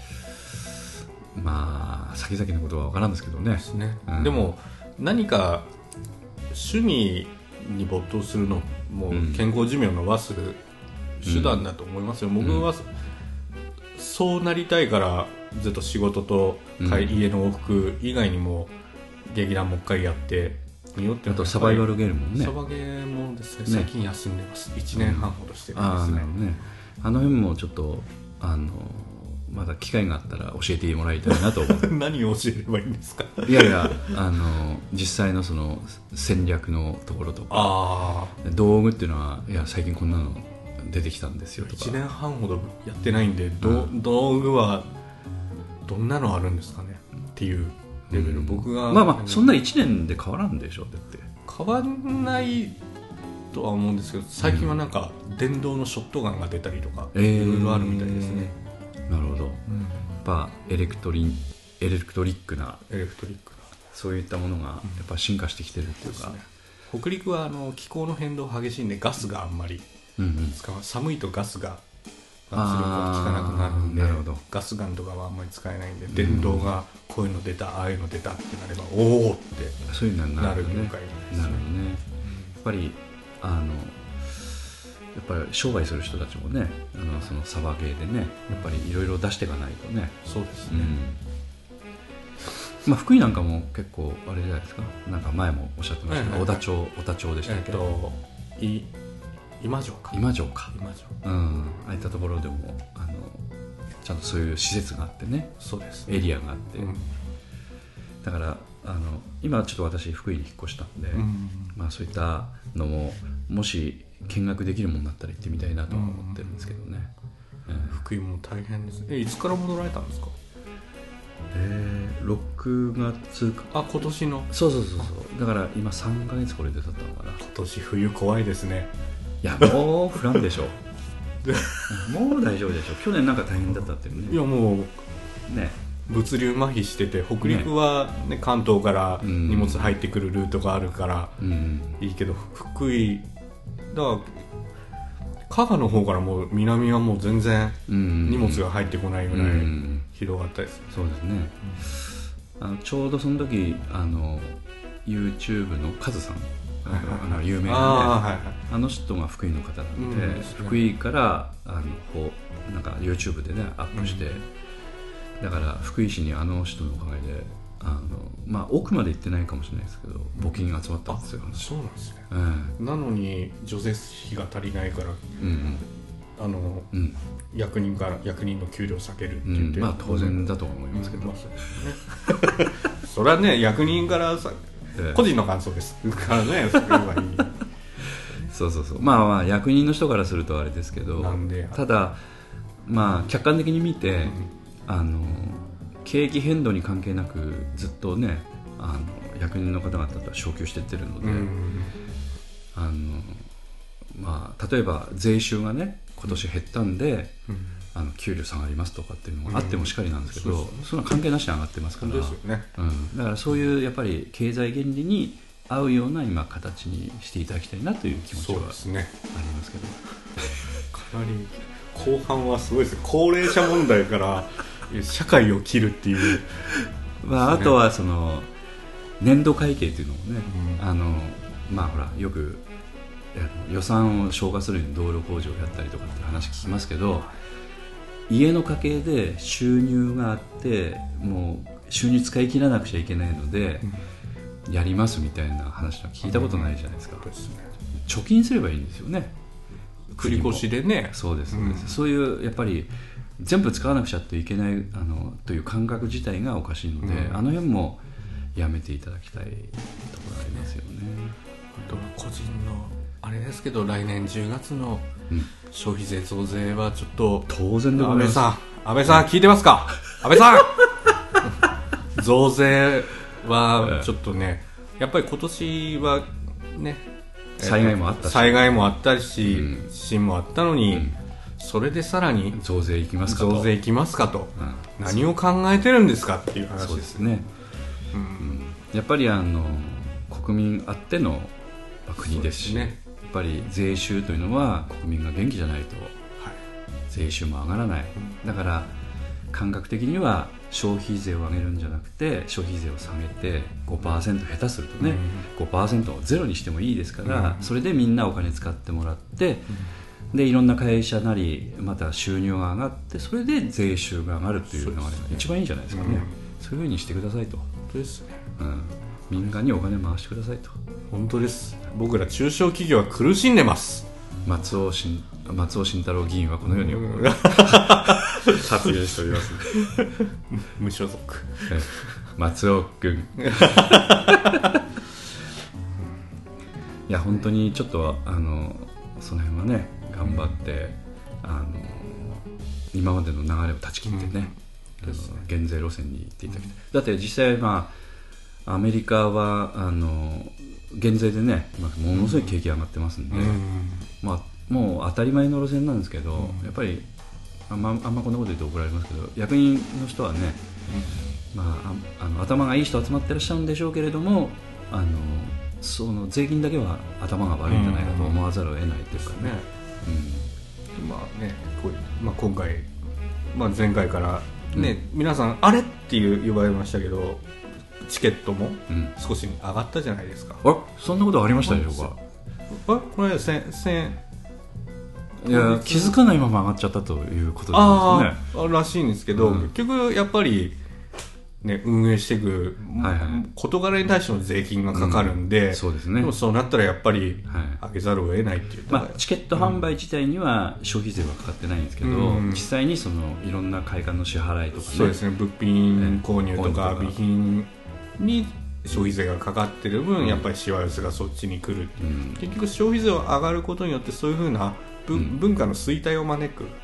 Speaker 2: まあ先々のことは分からんですけどね。
Speaker 3: ですね、うん、でも何か趣味に没頭するのも健康寿命を伸ばす手段だと思いますよ、うん、僕はそうなりたいからずっと仕事と家の往復以外にも劇団もう一回やってみようっていうの。
Speaker 2: あとサバイバルゲームもね、
Speaker 3: サバゲーもですね、最近休んでます。いちねんはんほどしてるんですね、うん、
Speaker 2: あ, ねあの辺もちょっとあのまだ機会があったら教えてもらいたいなと思う。
Speaker 3: 何を教えればいいんですか？
Speaker 2: いやいや、あの実際のその戦略のところとか、あ道具っていうのは、いや最近こんなの出てきたんですよとか。
Speaker 3: いちねんはんほどやってないんで、ど、うん、道具はどんなのあるんですかねっていう。 レベル、うん、僕が
Speaker 2: まあまあそんないちねんで変わらんでしょ。だって
Speaker 3: 変わんないとは思うんですけど、最近はなんか電動のショットガンが出たりとか、うん、いろいろあるみたいですね。
Speaker 2: なるほど、うん、やっぱエレクトリエレクトリックな
Speaker 3: エレクトリックな
Speaker 2: そういったものがやっぱ進化してきてるっていうか、
Speaker 3: うん、ね、北陸はあの気候の変動激しいんでガスがあんまり使わ、うんうん、寒いとガスが圧力が効かなくなるんで、
Speaker 2: なるほど、
Speaker 3: ガスガンとかはあんまり使えないんで、電動がこういうの出た、ああいうの出たってなれば、おおって
Speaker 2: そういうのになる
Speaker 3: 業界ですね。
Speaker 2: なるほどね。やっぱりあのやっぱり商売する人たちもね、あのそのサバゲーでね、やっぱりいろいろ出していかないとね。
Speaker 3: そうですね、
Speaker 2: うん、まあ、福井なんかも結構あれじゃないですか、なんか前もおっしゃってましたけど、はいはいはい、小田町小田町でしたっけ、えっと
Speaker 3: い今城か
Speaker 2: 今城か
Speaker 3: 今城、
Speaker 2: うん、ああいったところでもあのちゃんとそういう施設があってね、
Speaker 3: そうですね、
Speaker 2: エリアがあって、うん、だからあの今ちょっと私福井に引っ越したんで、うん、まあ、そういったのももし見学できるものだったら行ってみたいなとは思ってるんですけどね、
Speaker 3: うんうん、福井も大変ですね。えいつから戻られたんですか？
Speaker 2: えー、ろくがつか、
Speaker 3: あ、今年の、
Speaker 2: そうそうそうそう、だから今さんかげつこれで経ったのかな。
Speaker 3: 今年冬怖いですね。
Speaker 2: いやもう降らんでしょもう大丈夫でしょ。去年なんか大変だったっていうね。
Speaker 3: いやもう
Speaker 2: ね、
Speaker 3: 物流麻痺してて、北陸は、ねね、関東から荷物入ってくるルートがあるからいいけど、福井だから加賀の方からもう南はもう全然荷物が入ってこないぐらい広がったです、ね、
Speaker 2: そうですね、うん、あのちょうどその時あの YouTube のカズさん、はいはいはい、あの有名な、ね、あ、はいはい、あの人が福井の方なんで、うん、福井からあのこうなんか YouTube でねアップして、うん、だから福井市にあの人のおかげであの、まあ、奥まで行ってないかもしれないですけど募金が集まったんですよ、ね、
Speaker 3: そうなんですね、
Speaker 2: うん、
Speaker 3: なのに除雪費が足りないから、うんうん、あの、うん、役人から役人の給料を下げるって言って、
Speaker 2: うん、まあ当然だと思いますけど、うん、まあ、
Speaker 3: そうですねそれはね役人からさ、えー、個人の感想ですからねそれはいい
Speaker 2: そうそうそう、まあまあ役人の人からするとあれですけど、
Speaker 3: なんで
Speaker 2: ただまあ客観的に見て、うん、あの景気変動に関係なくずっとねあの役人の方々とは昇給していってるので、うん、あのまあ、例えば税収がね今年減ったんで、うん、あの給料下がりますとかっていうのがあってもしかりなんですけど、うん、そんな関係なしに上がってますから、
Speaker 3: ですよね、
Speaker 2: うん、だからそういうやっぱり経済原理に合うような今形にしていただきたいなという気持ちはありますけど、ね、
Speaker 3: かなり後半はすごいですね。高齢者問題から社会を切るっていう
Speaker 2: まあ、あとはその年度会計というのもね、うん、あのまあほらよく予算を消化するように道路工事をやったりとかって話聞きますけど、家の家計で収入があってもう収入使い切らなくちゃいけないので、うん、やりますみたいな話は聞いたことないじゃないですか、うん、ですね、貯金すればいいんですよね、
Speaker 3: 繰り越しでね。
Speaker 2: そうです、そうです、うん、そういうやっぱり全部使わなくちゃといけないあのという感覚自体がおかしいので、うん、あの辺もやめていただきたいところありますよね。
Speaker 3: あとは個人のあれですけど、来年じゅうがつの消費税増税はちょっと、
Speaker 2: 当然でございます。
Speaker 3: 安倍さん安倍さん聞いてますか安倍さん増税はちょっとね、やっぱり今年はね
Speaker 2: 災害もあったし、
Speaker 3: 災害もあったし、うん、地震もあったのに、うん、それでさらに
Speaker 2: 増税いきますかと
Speaker 3: 増税いきますかと、うん、何を考えてるんですかっていう話です。
Speaker 2: そうですね、うん、やっぱりあの国民あっての国ですし、ね、やっぱり税収というのは国民が元気じゃないと、はい、税収も上がらない、うん、だから感覚的には消費税を上げるんじゃなくて消費税を下げて ごパーセント 下手するとね、うん、ごパーセント をゼロにしてもいいですから、うん、それでみんなお金使ってもらって、うん、でいろんな会社なりまた収入が上がってそれで税収が上がるというのが一番いいんじゃないですかね、うん、そういうふうにしてくださいと。
Speaker 3: 本当ですね、
Speaker 2: うん、民間にお金回してくださいと。
Speaker 3: 本当です。僕ら中小企業は苦しんでます。
Speaker 2: 松尾慎松尾慎太郎議員はこのように発言しております、ね、
Speaker 3: 無所属
Speaker 2: 松尾君いや本当にちょっとあのその辺はね頑張って、うん、あの今までの流れを断ち切ってね、 減税路線に行っていただきたい、うん、だって実際、まあ、アメリカはあの減税でね、まあ、ものすごい景気上がってますんで、うんまあ、もう当たり前の路線なんですけど、うん、やっぱりあんま、あんまこんなこと言うと怒られますけど、役員の人はね、うんまあ、あの頭がいい人集まってらっしゃるんでしょうけれども、あのその税金だけは頭が悪いんじゃないかと思わざるを得ないというかね、
Speaker 3: うんまあねこうまあ、今回、まあ、前回からね、うん、皆さんあれっていう言われましたけど、チケットも少し上がったじゃないですか、
Speaker 2: うん、あそんなことありましたでしょうか。
Speaker 3: あこれせんせん
Speaker 2: いや気づかないまま上がっちゃったということですね。
Speaker 3: あらしいんですけど、うん、結局やっぱり、ね、運営していく、はいはい、事柄に対しての税金がかかるんで、うん、
Speaker 2: そうですね、
Speaker 3: でもそうなったらやっぱり上げざるを得ないっていう、
Speaker 2: まあ、チケット販売自体には消費税はかかってないんですけど、うん、実際にそのいろんな会館の支払いとかね、
Speaker 3: そうですね、物品購入とか備品に消費税がかかってる分、うん、やっぱりしわ寄せがそっちに来る、うん、結局消費税が上がることによってそういうふうなうん、文化の衰退を招く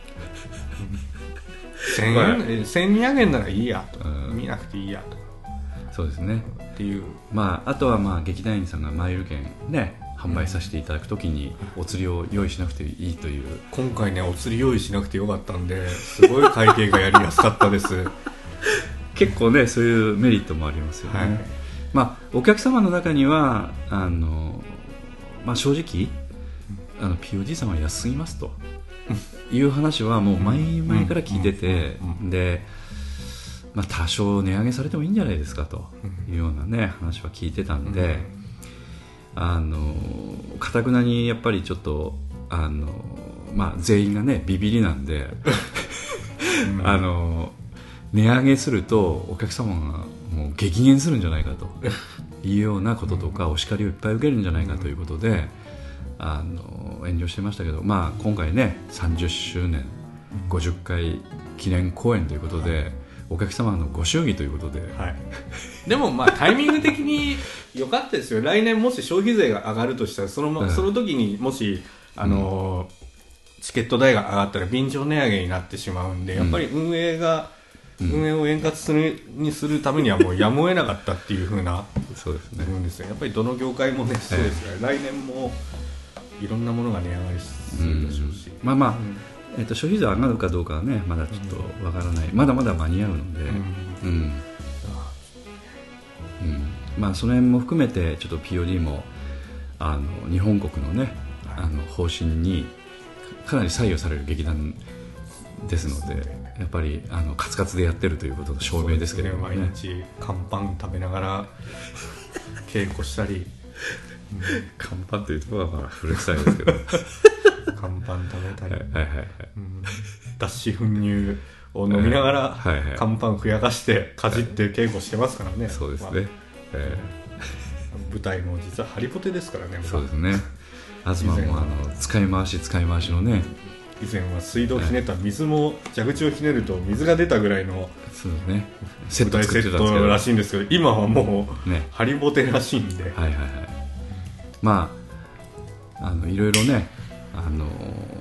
Speaker 3: せんえん、せんにひゃくえんならいいやと、うん、見なくていいやと、
Speaker 2: そうですね
Speaker 3: っていう、
Speaker 2: まあ、あとはまあ劇団員さんがマイル券ね販売させていただくときにお釣りを用意しなくていいという、
Speaker 3: 今回ねお釣り用意しなくてよかったんですごい会計がやりやすかったです
Speaker 2: 結構ねそういうメリットもありますよね、はい、まあ、お客様の中にはあの、まあ、正直あの ピーオーディー さんは安すぎますという話はもう前々から聞いてて、で、まあ、多少値上げされてもいいんじゃないですかというような、ね、話は聞いてたんで、あの堅くなにやっぱりちょっとあの、まあ、全員がねビビりなんであの値上げするとお客様がもう激減するんじゃないかというようなこととかお叱りをいっぱい受けるんじゃないかということで、あの遠慮してましたけど、まあ、今回ねさんじゅっしゅうねんごじゅっかい記念公演ということで、はい、お客様のご祝儀ということで、
Speaker 3: はい、でもまあタイミング的に良かったですよ。来年もし消費税が上がるとしたらその、うん、その時にもしあの、うん、チケット代が上がったら便乗値上げになってしまうんで、やっぱり運営が、うん、運営を円滑するにするためにはもうやむを得なかったっていう風な
Speaker 2: そうですね、
Speaker 3: うんですよ。やっぱりどの業界もねそうですから、えー、来年もいろんなものが値上がりするでしょうし、うん、
Speaker 2: まあまあ、うんえー、と消費税上がるかどうかはねまだちょっとわからない、うん、まだまだ間に合うので、うんうんうん、まあその辺も含めてちょっと ピーオーディー もあの日本国のね、はい、あの方針にかなり左右される劇団ですので、やっぱりあのカツカツでやってるということの証明ですけどもね、
Speaker 3: 毎日乾パン食べながら稽古したり
Speaker 2: 乾パンというところはまあ古臭いですけど
Speaker 3: 乾パン食べたり、
Speaker 2: はいはいはい、うん、
Speaker 3: 脱脂粉乳を飲みながら、はいはい、乾パンふやかしてかじって稽古してますからね、はい、
Speaker 2: そうですね、まあえ
Speaker 3: ー、舞台も実はハリポテですからね。
Speaker 2: そうですね、東もあの使い回し使い回しのね、
Speaker 3: 以前は水道をひねった水も蛇口をひねると水が出たぐらいの
Speaker 2: そうですね
Speaker 3: 舞台セットらしいんですけど、今はもう、ね、ハリボテらしいんで、
Speaker 2: はいはいはい、まああのいろいろねあの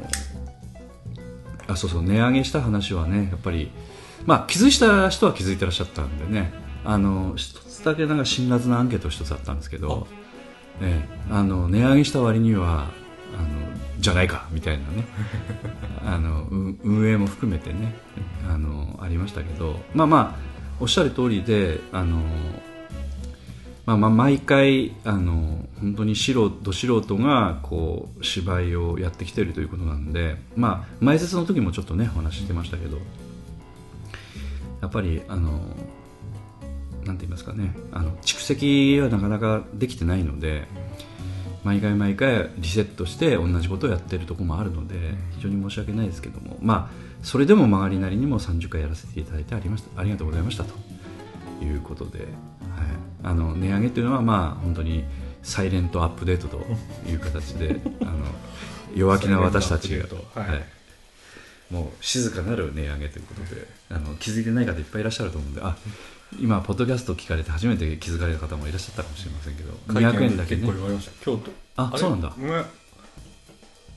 Speaker 2: あそうそう値上げした話はねやっぱり、まあ、気づいた人は気づいてらっしゃったんでね、あの一つだけなんか辛辣なアンケート一つあったんですけど、ね、あの値上げした割にはあのじゃないかみたいなねあの運営も含めてね あのありましたけど、まあまあおっしゃる通りで、あの、まあ、まあ毎回あの本当に素人ど素人がこう芝居をやってきているということなんで、まあ、前説の時もちょっとねお話ししてましたけど、やっぱりあのなんて言いますかね、あの蓄積はなかなかできてないので、毎回毎回リセットして同じことをやっているところもあるので非常に申し訳ないですけども、まあそれでも曲がりなりにもさんじゅっかいやらせていただいてありましたありがとうございましたということで、はい、あの値上げというのはまあ本当にサイレントアップデートという形であの弱気な私たちが、はいはい、もう静かなる値上げということで、あの気づいてない方いっぱいいらっしゃると思うので、あ今ポッドキャストを聞かれて初めて気づかれた方もいらっしゃったかもしれませんけど、にひゃくえんだけね。
Speaker 3: 結構言われました。京都。
Speaker 2: あ、そうなんだ。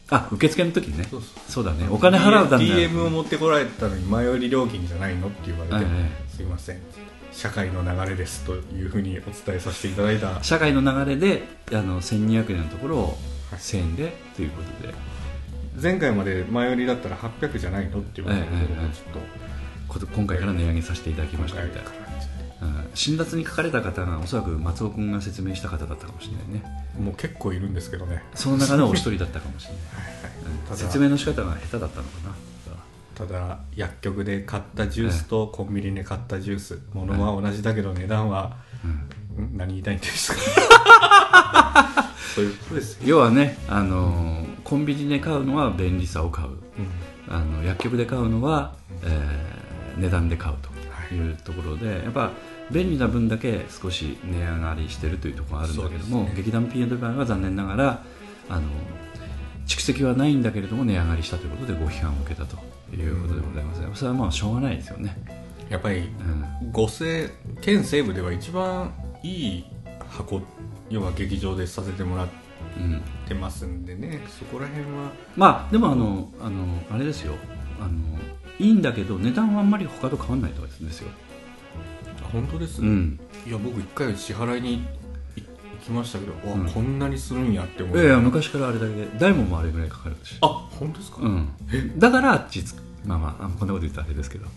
Speaker 2: あ、受付の時にね。
Speaker 3: そうそう
Speaker 2: そうだね、お金払うために
Speaker 3: ディーエム を持ってこられたのに前売り料金じゃないのって言われて、
Speaker 2: はいはい、
Speaker 3: すいません、社会の流れですというふうにお伝えさせていただいた。
Speaker 2: 社会の流れであのせんにひゃくえんのところをせんえんでということで、
Speaker 3: 前回まで前売りだったらはっぴゃくじゃないのって言われて、はいはいはい、ちょっと
Speaker 2: 今回から値上げさせていただきましたみたいな。辛辣に書かれた方がおそらく松尾君が説明した方だったかもしれないね。
Speaker 3: もう結構いるんですけどね、
Speaker 2: その中のお一人だったかもしれない、はいはい、説明の仕方が下手だったのかな。
Speaker 3: ただ薬局で買ったジュースとコンビニで買ったジュース、物は同じだけど値段は、うん、何言いたいんですかそういうことですよ。
Speaker 2: 要はね、あのー、コンビニで買うのは便利さを買う、うん、あの薬局で買うのは、えー、値段で買うというところで、はい、やっぱ便利な分だけ少し値上がりしているというところがあるんだけども、ね、劇団 ピーエヌ の場合は残念ながらあの蓄積はないんだけれども値上がりしたということでご批判を受けたということでございます、うん、それはまあしょうがないですよね。
Speaker 3: やっぱり、うん、五西県西部では一番いい箱、要は劇場でさせてもらってますんでね、うん、そこら辺は
Speaker 2: まあでもあのあのあれですよ、あのいいんだけど値段はあんまり他と変わらないとかですよ。
Speaker 3: 本当です、
Speaker 2: うん、
Speaker 3: いや僕一回支払いに行きましたけど、うん、わこんなにするんやって思
Speaker 2: い、いやいや昔からあれだけで大門もあれぐらいかかるし。
Speaker 3: あ、本当ですか、
Speaker 2: うん、だから実まあまあこんなこと言ったらあれですけど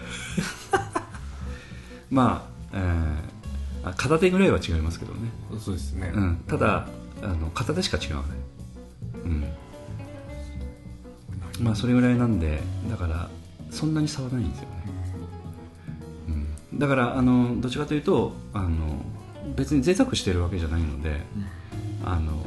Speaker 2: まあ、えー、片手ぐらいは違いますけどね。
Speaker 3: そうですね、
Speaker 2: うん、ただあの片手しか違わない、うん、まあそれぐらいなんで、だからそんなに差はないんですよね、うん、だからあのどちらかというとあの別に贅沢してるわけじゃないので、うん、あの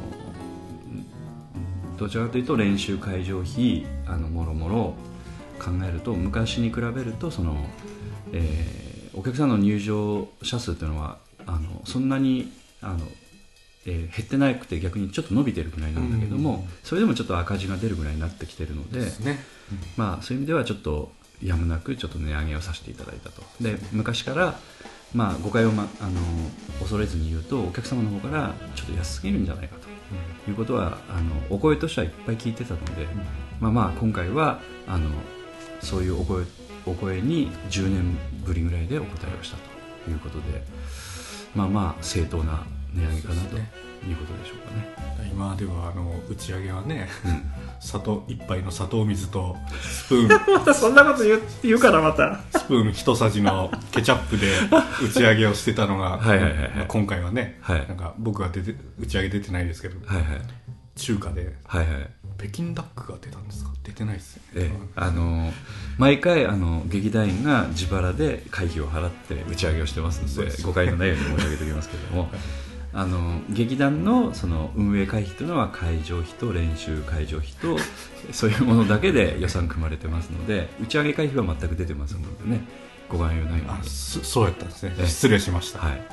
Speaker 2: どちらかというと練習会場費あのもろもろ考えると昔に比べるとその、えー、お客さんの入場者数というのはあのそんなにあの、えー、減ってなくて逆にちょっと伸びてるぐらいなんだけども、うんうんうん、それでもちょっと赤字が出るぐらいになってきてるので、ですね、うん、まあ、そういう意味ではちょっとやむなくちょっと値上げをさせていただいたと。で昔から、まあ、誤解を、ま、あの恐れずに言うとお客様の方からちょっと安すぎるんじゃないかと、うん、いうことはあのお声としてはいっぱい聞いてたので、うん、まあまあ今回はあのそういうお声、お声にじゅうねんぶりぐらいでお答えをしたということで、まあまあ正当な値上げかなということでしょうかね。
Speaker 3: 今ではあの打ち上げはね、うん、砂糖一杯の砂糖水とスプーン
Speaker 2: またそんなこと言う、言うからまた
Speaker 3: スプーン一さじのケチャップで打ち上げをしてたのがはいはいはい、はい、まあ、今回はね、はい、なんか僕は出て打ち上げ出てないですけど、はいはい、中華で、はいはい、北京ダックが出たんですか？出てないですよね、
Speaker 2: ええ、あの毎回あの劇団員が自腹で会費を払って打ち上げをしてますので誤解のないように申し上げておきますけどもあの劇団 の, その運営会費というのは会場費と練習会場費とそういうものだけで予算組まれてますので打ち上げ会費は全く出てますのでね、ご概要ないように。
Speaker 3: あ、そ, そうやったんですね。失礼しました、はい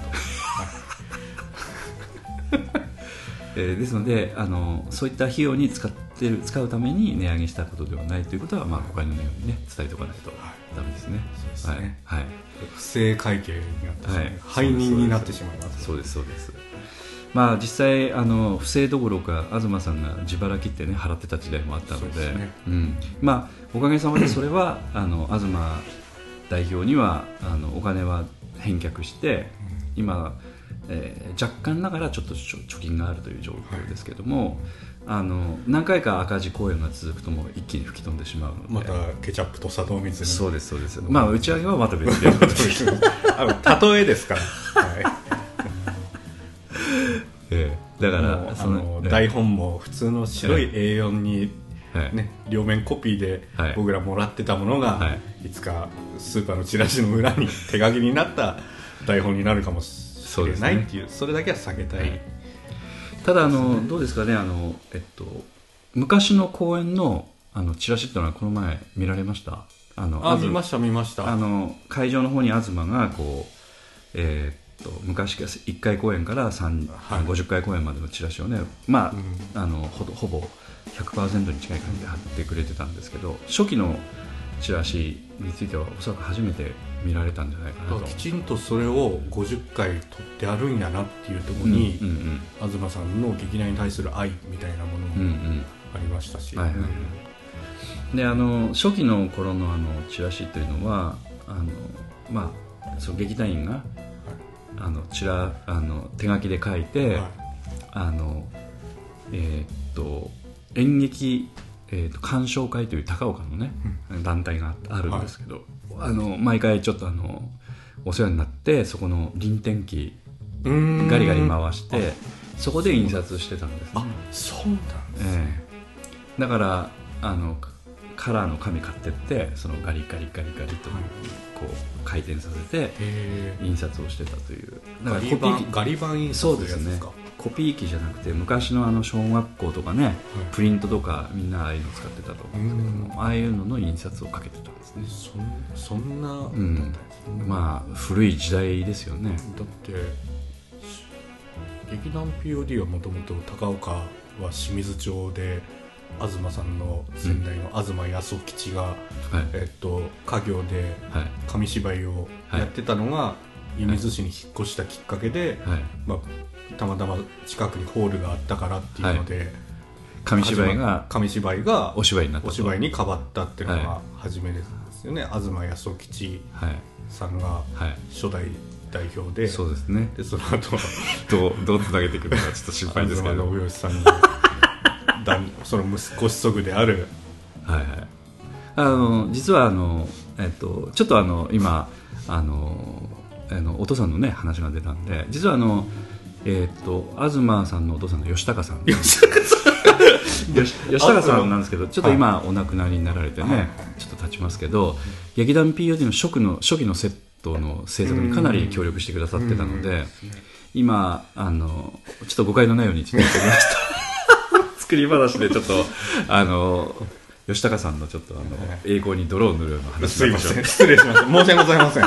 Speaker 2: えー、ですのであのそういった費用に使ってる使うために値上げしたことではないということは、まあ、誤解のないように、ね、伝えておかないとダメですね。
Speaker 3: そうですね、はいはい、不正会計になってしまう、はい、背任になってしまいます。
Speaker 2: そうですそうです。まあ、実際あの不正どころか東さんが自腹切って、ね、払ってた時代もあったの で, で、ね、うん、まあ、おかげさまでそれはあの東代表にはあのお金は返却して今、えー、若干ながらちょっと貯金があるという状況ですけども、はい、あの何回か赤字公演が続くともう一気に吹き飛んでしまうので、
Speaker 3: またケチャップと砂糖水に。
Speaker 2: そうですそうです、まあ、打ち上げはまた別で
Speaker 3: 例えですから、はい
Speaker 2: ええ、だから
Speaker 3: その台本も普通の白い エーよん に、ね、両面コピーで僕らもらってたものが、はい、いつかスーパーのチラシの裏に手書きになった台本になるかもしれないっていう、 そ, う、ね、それだけは避けたい、はい、
Speaker 2: ただあのどうですかね、あの、えっと、昔の公演 の, あのチラシってのはこの前見られました？あの
Speaker 3: あ見ました見ました。
Speaker 2: あの会場の方に東がこう、えー昔いっかい公演からはい、ごじゅっかい公演までのチラシをね、まあうん、あの ほ, ほぼ ひゃくパーセント に近い感じで貼ってくれてたんですけど、初期のチラシについてはおそらく初めて見られたんじゃないかなと。
Speaker 3: きちんとそれをごじゅっかい撮ってあるんやなっていうところに、うんうんうん、東さんの劇団に対する愛みたいなものもありましたし、
Speaker 2: はいはいはい、であの初期の頃のあのチラシというのはあの、まあ、その劇団員が、はい、あのチラあの手書きで書いて、はい、あのえー、っと演劇、えー、っと鑑賞会という高岡のね、うん、団体があるんですけど、はい、あの毎回ちょっとあのお世話になってそこの輪転機ガリガリ回してそこで印刷してたんですね。
Speaker 3: あ、そうなんですね、
Speaker 2: えー、だからあのカラーの紙買ってってそのガリガリガリガリとこう回転させて印刷をしてたという。
Speaker 3: だからコピー機ガリ版印刷
Speaker 2: そうですね、コピー機じゃなくて昔のあの小学校とかね、はい、プリントとかみんなああいうの使ってたと思うんですけども、ああいうのの印刷をかけてたんですね。
Speaker 3: そ, そんな、うん、
Speaker 2: まあ古い時代ですよね。
Speaker 3: だって劇団 ピーオーディー はもともと高岡は清水町で東さんの先代の東康夫吉が、うんえっと、家業で紙芝居をやってたのが、はい、射水市に引っ越したきっかけで、はいまあ、たまたま近くにホールがあったからっていうので、はい、
Speaker 2: 紙芝居が
Speaker 3: 紙芝居が
Speaker 2: お芝居になった
Speaker 3: お芝居に変わったっていうのが初めですよね、はい、東康夫吉さんが初代代表で、
Speaker 2: そうですね。
Speaker 3: でその後
Speaker 2: どうどうつなげていくのかちょっと心配ですけど
Speaker 3: 東信義さんにその息子子息である
Speaker 2: はいはいあの実はあの、えっと、ちょっとあの今あのあのお父さんのね話が出たんで実はあの、えっと、東さんのお父さんの吉高さん吉高さん吉高さんなんですけどちょっと今、はい、お亡くなりになられてね、はい、ちょっと経ちますけど劇団 ピーオーディー の初期の初期のセットの制作にかなり協力してくださってたので今あのちょっと誤解のないようにちょっと言ってみました作り話でちょっとあの吉高さんのちょっとあの栄光に泥を塗るような話になりましょう。
Speaker 3: すいません失礼しました申し訳ございません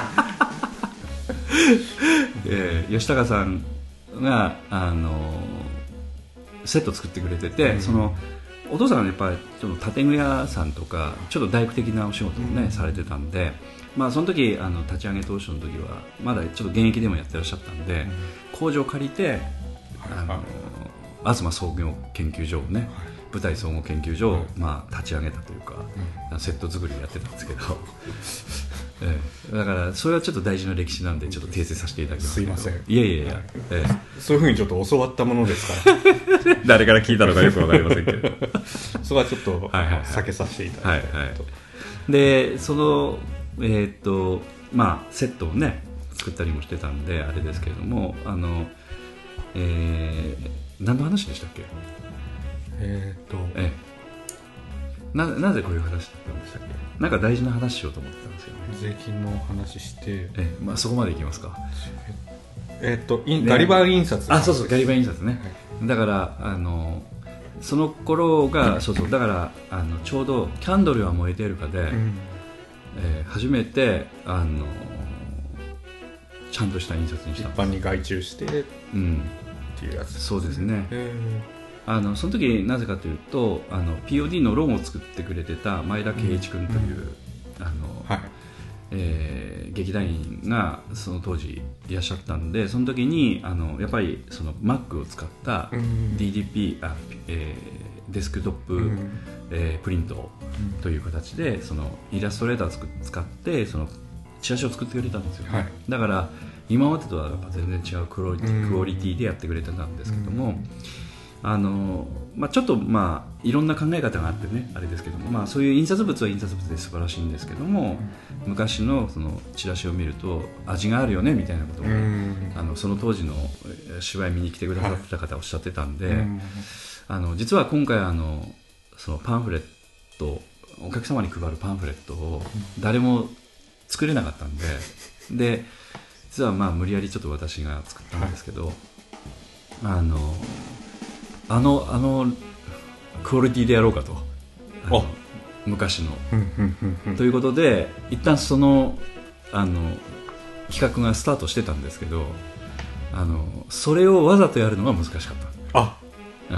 Speaker 2: えー、吉高さんがあのセット作ってくれてて、うん、そのお父さんはやっぱりちょっと建具屋さんとかちょっと大工的なお仕事をね、うん、されてたんで、まあ、その時あの立ち上げ当初の時はまだちょっと現役でもやってらっしゃったんで、うん、工場を借りてあの、はい、東総合研究所をね、はい、舞台総合研究所を、はいまあ、立ち上げたというか、うん、セット作りをやってたんですけどええ、だからそれはちょっと大事な歴史なんでちょっと訂正させていただきますけど
Speaker 3: すいません
Speaker 2: いやいやいや、え
Speaker 3: え、そういうふうにちょっと教わったものですから
Speaker 2: 誰から聞いたのかよくわかりませんけど
Speaker 3: そこはちょっと、はいはいはい、避けさせていただきたいと、はいはい、
Speaker 2: でその、えーっとまあ、セットをね作ったりもしてたんであれですけれどもあの、えー、何の話でしたっけ
Speaker 3: えー、っと、
Speaker 2: ええな, なぜこういう話だったんでしたっけなんか大事な話しようと思ってたんですよね
Speaker 3: 税金の話して、
Speaker 2: え、まあ、そこまでいきますか
Speaker 3: えー、っとガリバー印刷
Speaker 2: あそうそうガリバー印刷ね、はい、だからあのその頃がそうそうだからあのちょうどキャンドルは燃えているかで、うんえー、初めてあのちゃんとした印刷にした
Speaker 3: 一般に外注して、うん、っていうやつ
Speaker 2: そうですねあのその時なぜかというとあの ピーオーディー のロゴを作ってくれてた前田圭一君という、うん、あのはいえー、劇団員がその当時いらっしゃったんでその時にあのやっぱりその Mac を使った ディーディーピー、あえー、デスクトップ、うんえー、プリントという形でそのイラストレーターを使ってそのチラシを作ってくれたんですよ、ねはい、だから今までとはやっぱ全然違うクオリティ、クオリティでやってくれてたんですけども、うんあのまあ、ちょっと、まあ、いろんな考え方があってねあれですけども、まあ、そういう印刷物は印刷物で素晴らしいんですけども、うん、昔 の, そのチラシを見ると味があるよねみたいなことを、うん、あのその当時の芝居見に来てくださってた方おっしゃってたんで、はいうん、あの実は今回あのそのパンフレットお客様に配るパンフレットを誰も作れなかったんで、で実はまあ無理やりちょっと私が作ったんですけど、はい、あのあのあのクオリティでやろうかとああ昔のということで一旦そのあの企画がスタートしてたんですけどあのそれをわざとやるのが難しかったあ、うん、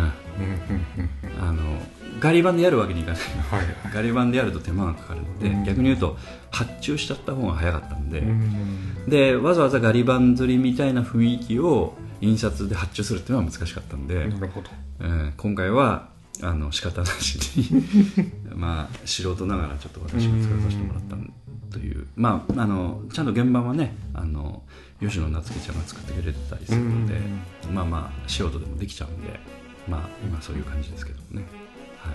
Speaker 2: あのガリ版でやるわけにいかない、はい、ガリ版でやると手間がかかるので、うん、逆に言うと発注しちゃった方が早かったんで、うん、でわざわざガリ版刷りみたいな雰囲気を印刷で発注するっていうのは難しかったんで、なるほど、えー、今回はあの仕方なしにまあ素人ながらちょっと私が作らさせてもらったという、まあ、あのちゃんと現場はねあの吉野夏樹ちゃんが作ってくれてたりするので、まあまあ素人でもできちゃうんで、まあ今そういう感じですけどね。はい、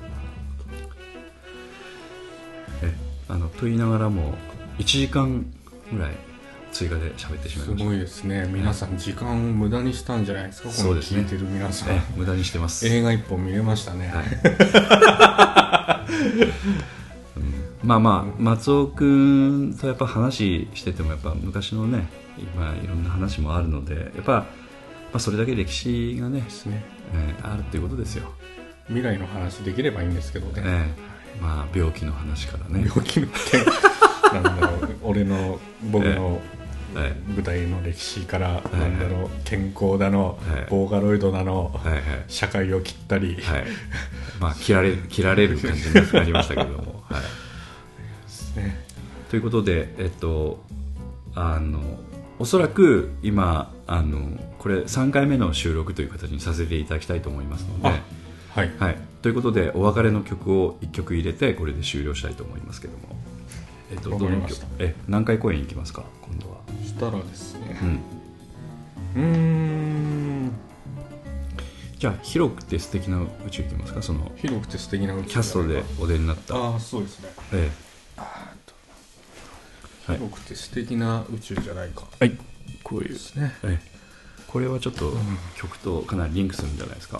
Speaker 2: えあのと言いながらもいちじかんぐらい追加で喋ってしまいました。
Speaker 3: すごいですね。皆さん時間を無駄にしたんじゃないですか。
Speaker 2: そうですね、
Speaker 3: この聞いてる皆さん、
Speaker 2: え無駄にしてます。
Speaker 3: 映画一本見れましたね。
Speaker 2: はいうん、まあまあ松尾君とやっぱ話しててもやっぱ昔のね今いろんな話もあるのでやっぱ、まあ、それだけ歴史がね、
Speaker 3: ですね、
Speaker 2: えー、あるっていうことですよ。
Speaker 3: 未来の話できればいいんですけどね、
Speaker 2: えーまあ、病気の話からね
Speaker 3: 病気の点なんだろう俺の僕の、えーはい、舞台の歴史から、はい、なんだろう健康だの、はい、ボーカロイドだの、はいはい、社会を切ったり、
Speaker 2: はいまあ、切られ切られる感じになりましたけども、はいですね、ということで、えっと、あのおそらく今あのこれさんかいめの収録という形にさせていただきたいと思いますので、
Speaker 3: はい
Speaker 2: はい、ということでお別れの曲をいっきょく入れてこれで終了したいと思いますけども、えっと、どの曲え何回公演いきますか今度は。
Speaker 3: したらですね、
Speaker 2: うん、
Speaker 3: うーん
Speaker 2: じゃあ広くて素敵な宇宙いきますか。その
Speaker 3: 広くて素敵な宇宙
Speaker 2: キャストでお出になった。
Speaker 3: ああそうですね、
Speaker 2: ええ、
Speaker 3: あ広くて素敵な宇宙じゃないか。
Speaker 2: はい、こういう
Speaker 3: ですね、
Speaker 2: ええ、これはちょっと曲とかなりリンクするんじゃないですか。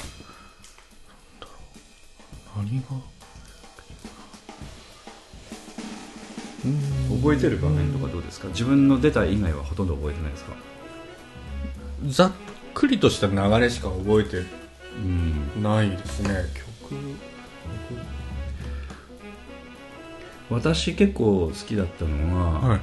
Speaker 3: 何が
Speaker 2: 覚えてる場面とかどうですか。自分の出た以外はほとんど覚えてないですか。
Speaker 3: ざっくりとした流れしか覚えてないですね。曲
Speaker 2: 私結構好きだったのは、はい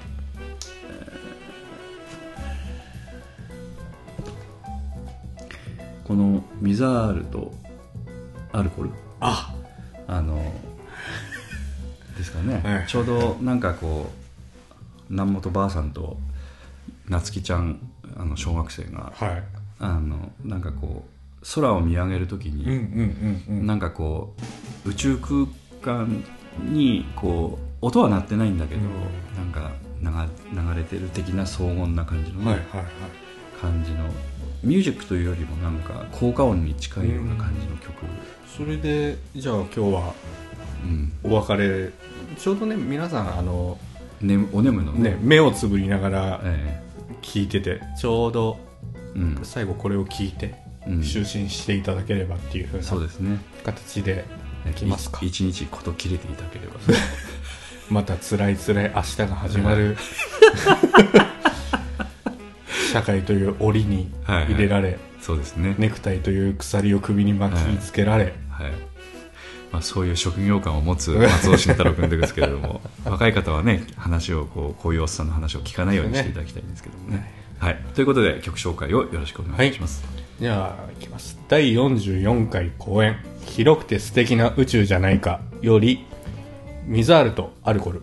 Speaker 2: えー、このミザールとアルコール
Speaker 3: あ
Speaker 2: あのですかね、はい、ちょうどなんかこう南本ばあさんと夏希ちゃんあの小学生が、はい、あのなんかこう空を見上げるときに、うんうんうんうん、なんかこう宇宙空間にこう音は鳴ってないんだけど、うん、なんか流れてる的な荘厳な感じの、ねはいはいはい、感じのミュージックというよりもなんか効果音に近いような感じの曲、うん、
Speaker 3: それでじゃあ今日は、うん、お別れちょうどね皆さんあの、
Speaker 2: ね、お眠の、ね
Speaker 3: ね、目をつぶりながら聞いてて、ええ、ちょうど、うん、最後これを聞いて、うん、就寝していただければっていう風な形でいきますか。
Speaker 2: 一日こと切れていただければ
Speaker 3: また辛い辛い明日が始まる社会という檻に入れられ、はいはい、
Speaker 2: そうですね、
Speaker 3: ネクタイという鎖を首に巻きつけられ、はいはい
Speaker 2: まあ、そういう職業感を持つ松尾慎太郎君ですけれども若い方はね話をこうこういうおっさんの話を聞かないようにしていただきたいんですけどもね、はい、ということで曲紹介をよろしくお願いします、はい、
Speaker 3: ではいきます。だいよんじゅうよんかい公演広くて素敵な宇宙じゃないかよりミザールとアルコール。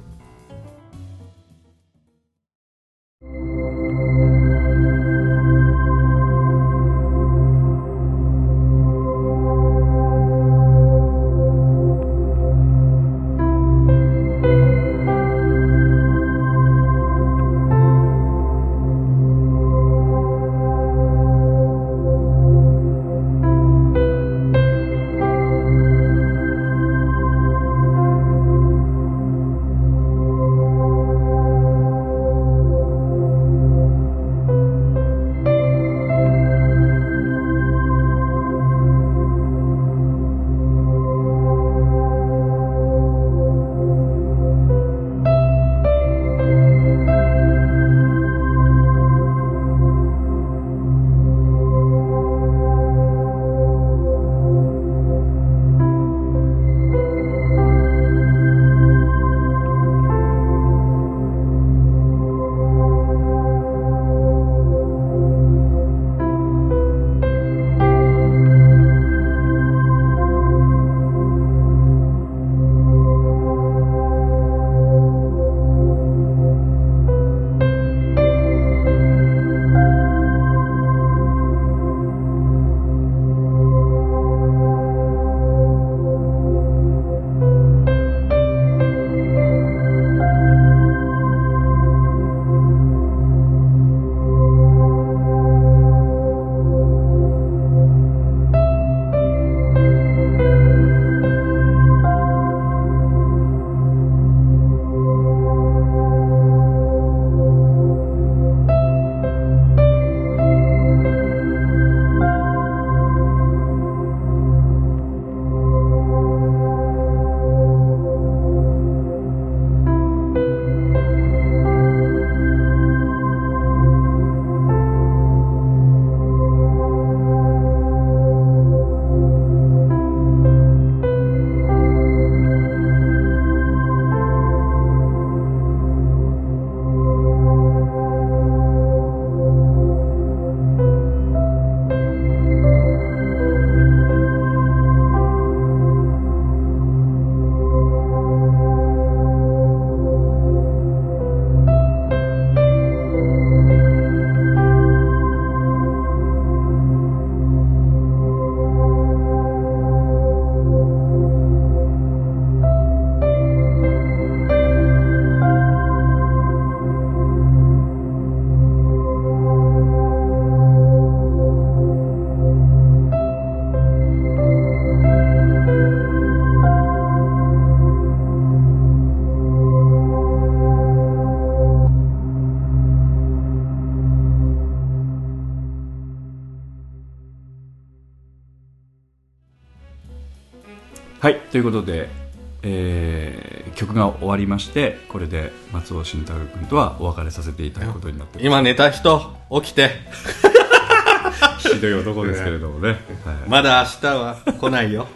Speaker 2: はいということで、えー、曲が終わりまして、これで松尾慎太郎君とはお別れさせていただくことになってます。
Speaker 3: 今寝た人起きて
Speaker 2: ひどい男ですけれどもね、はい、
Speaker 3: まだ明日は来ないよ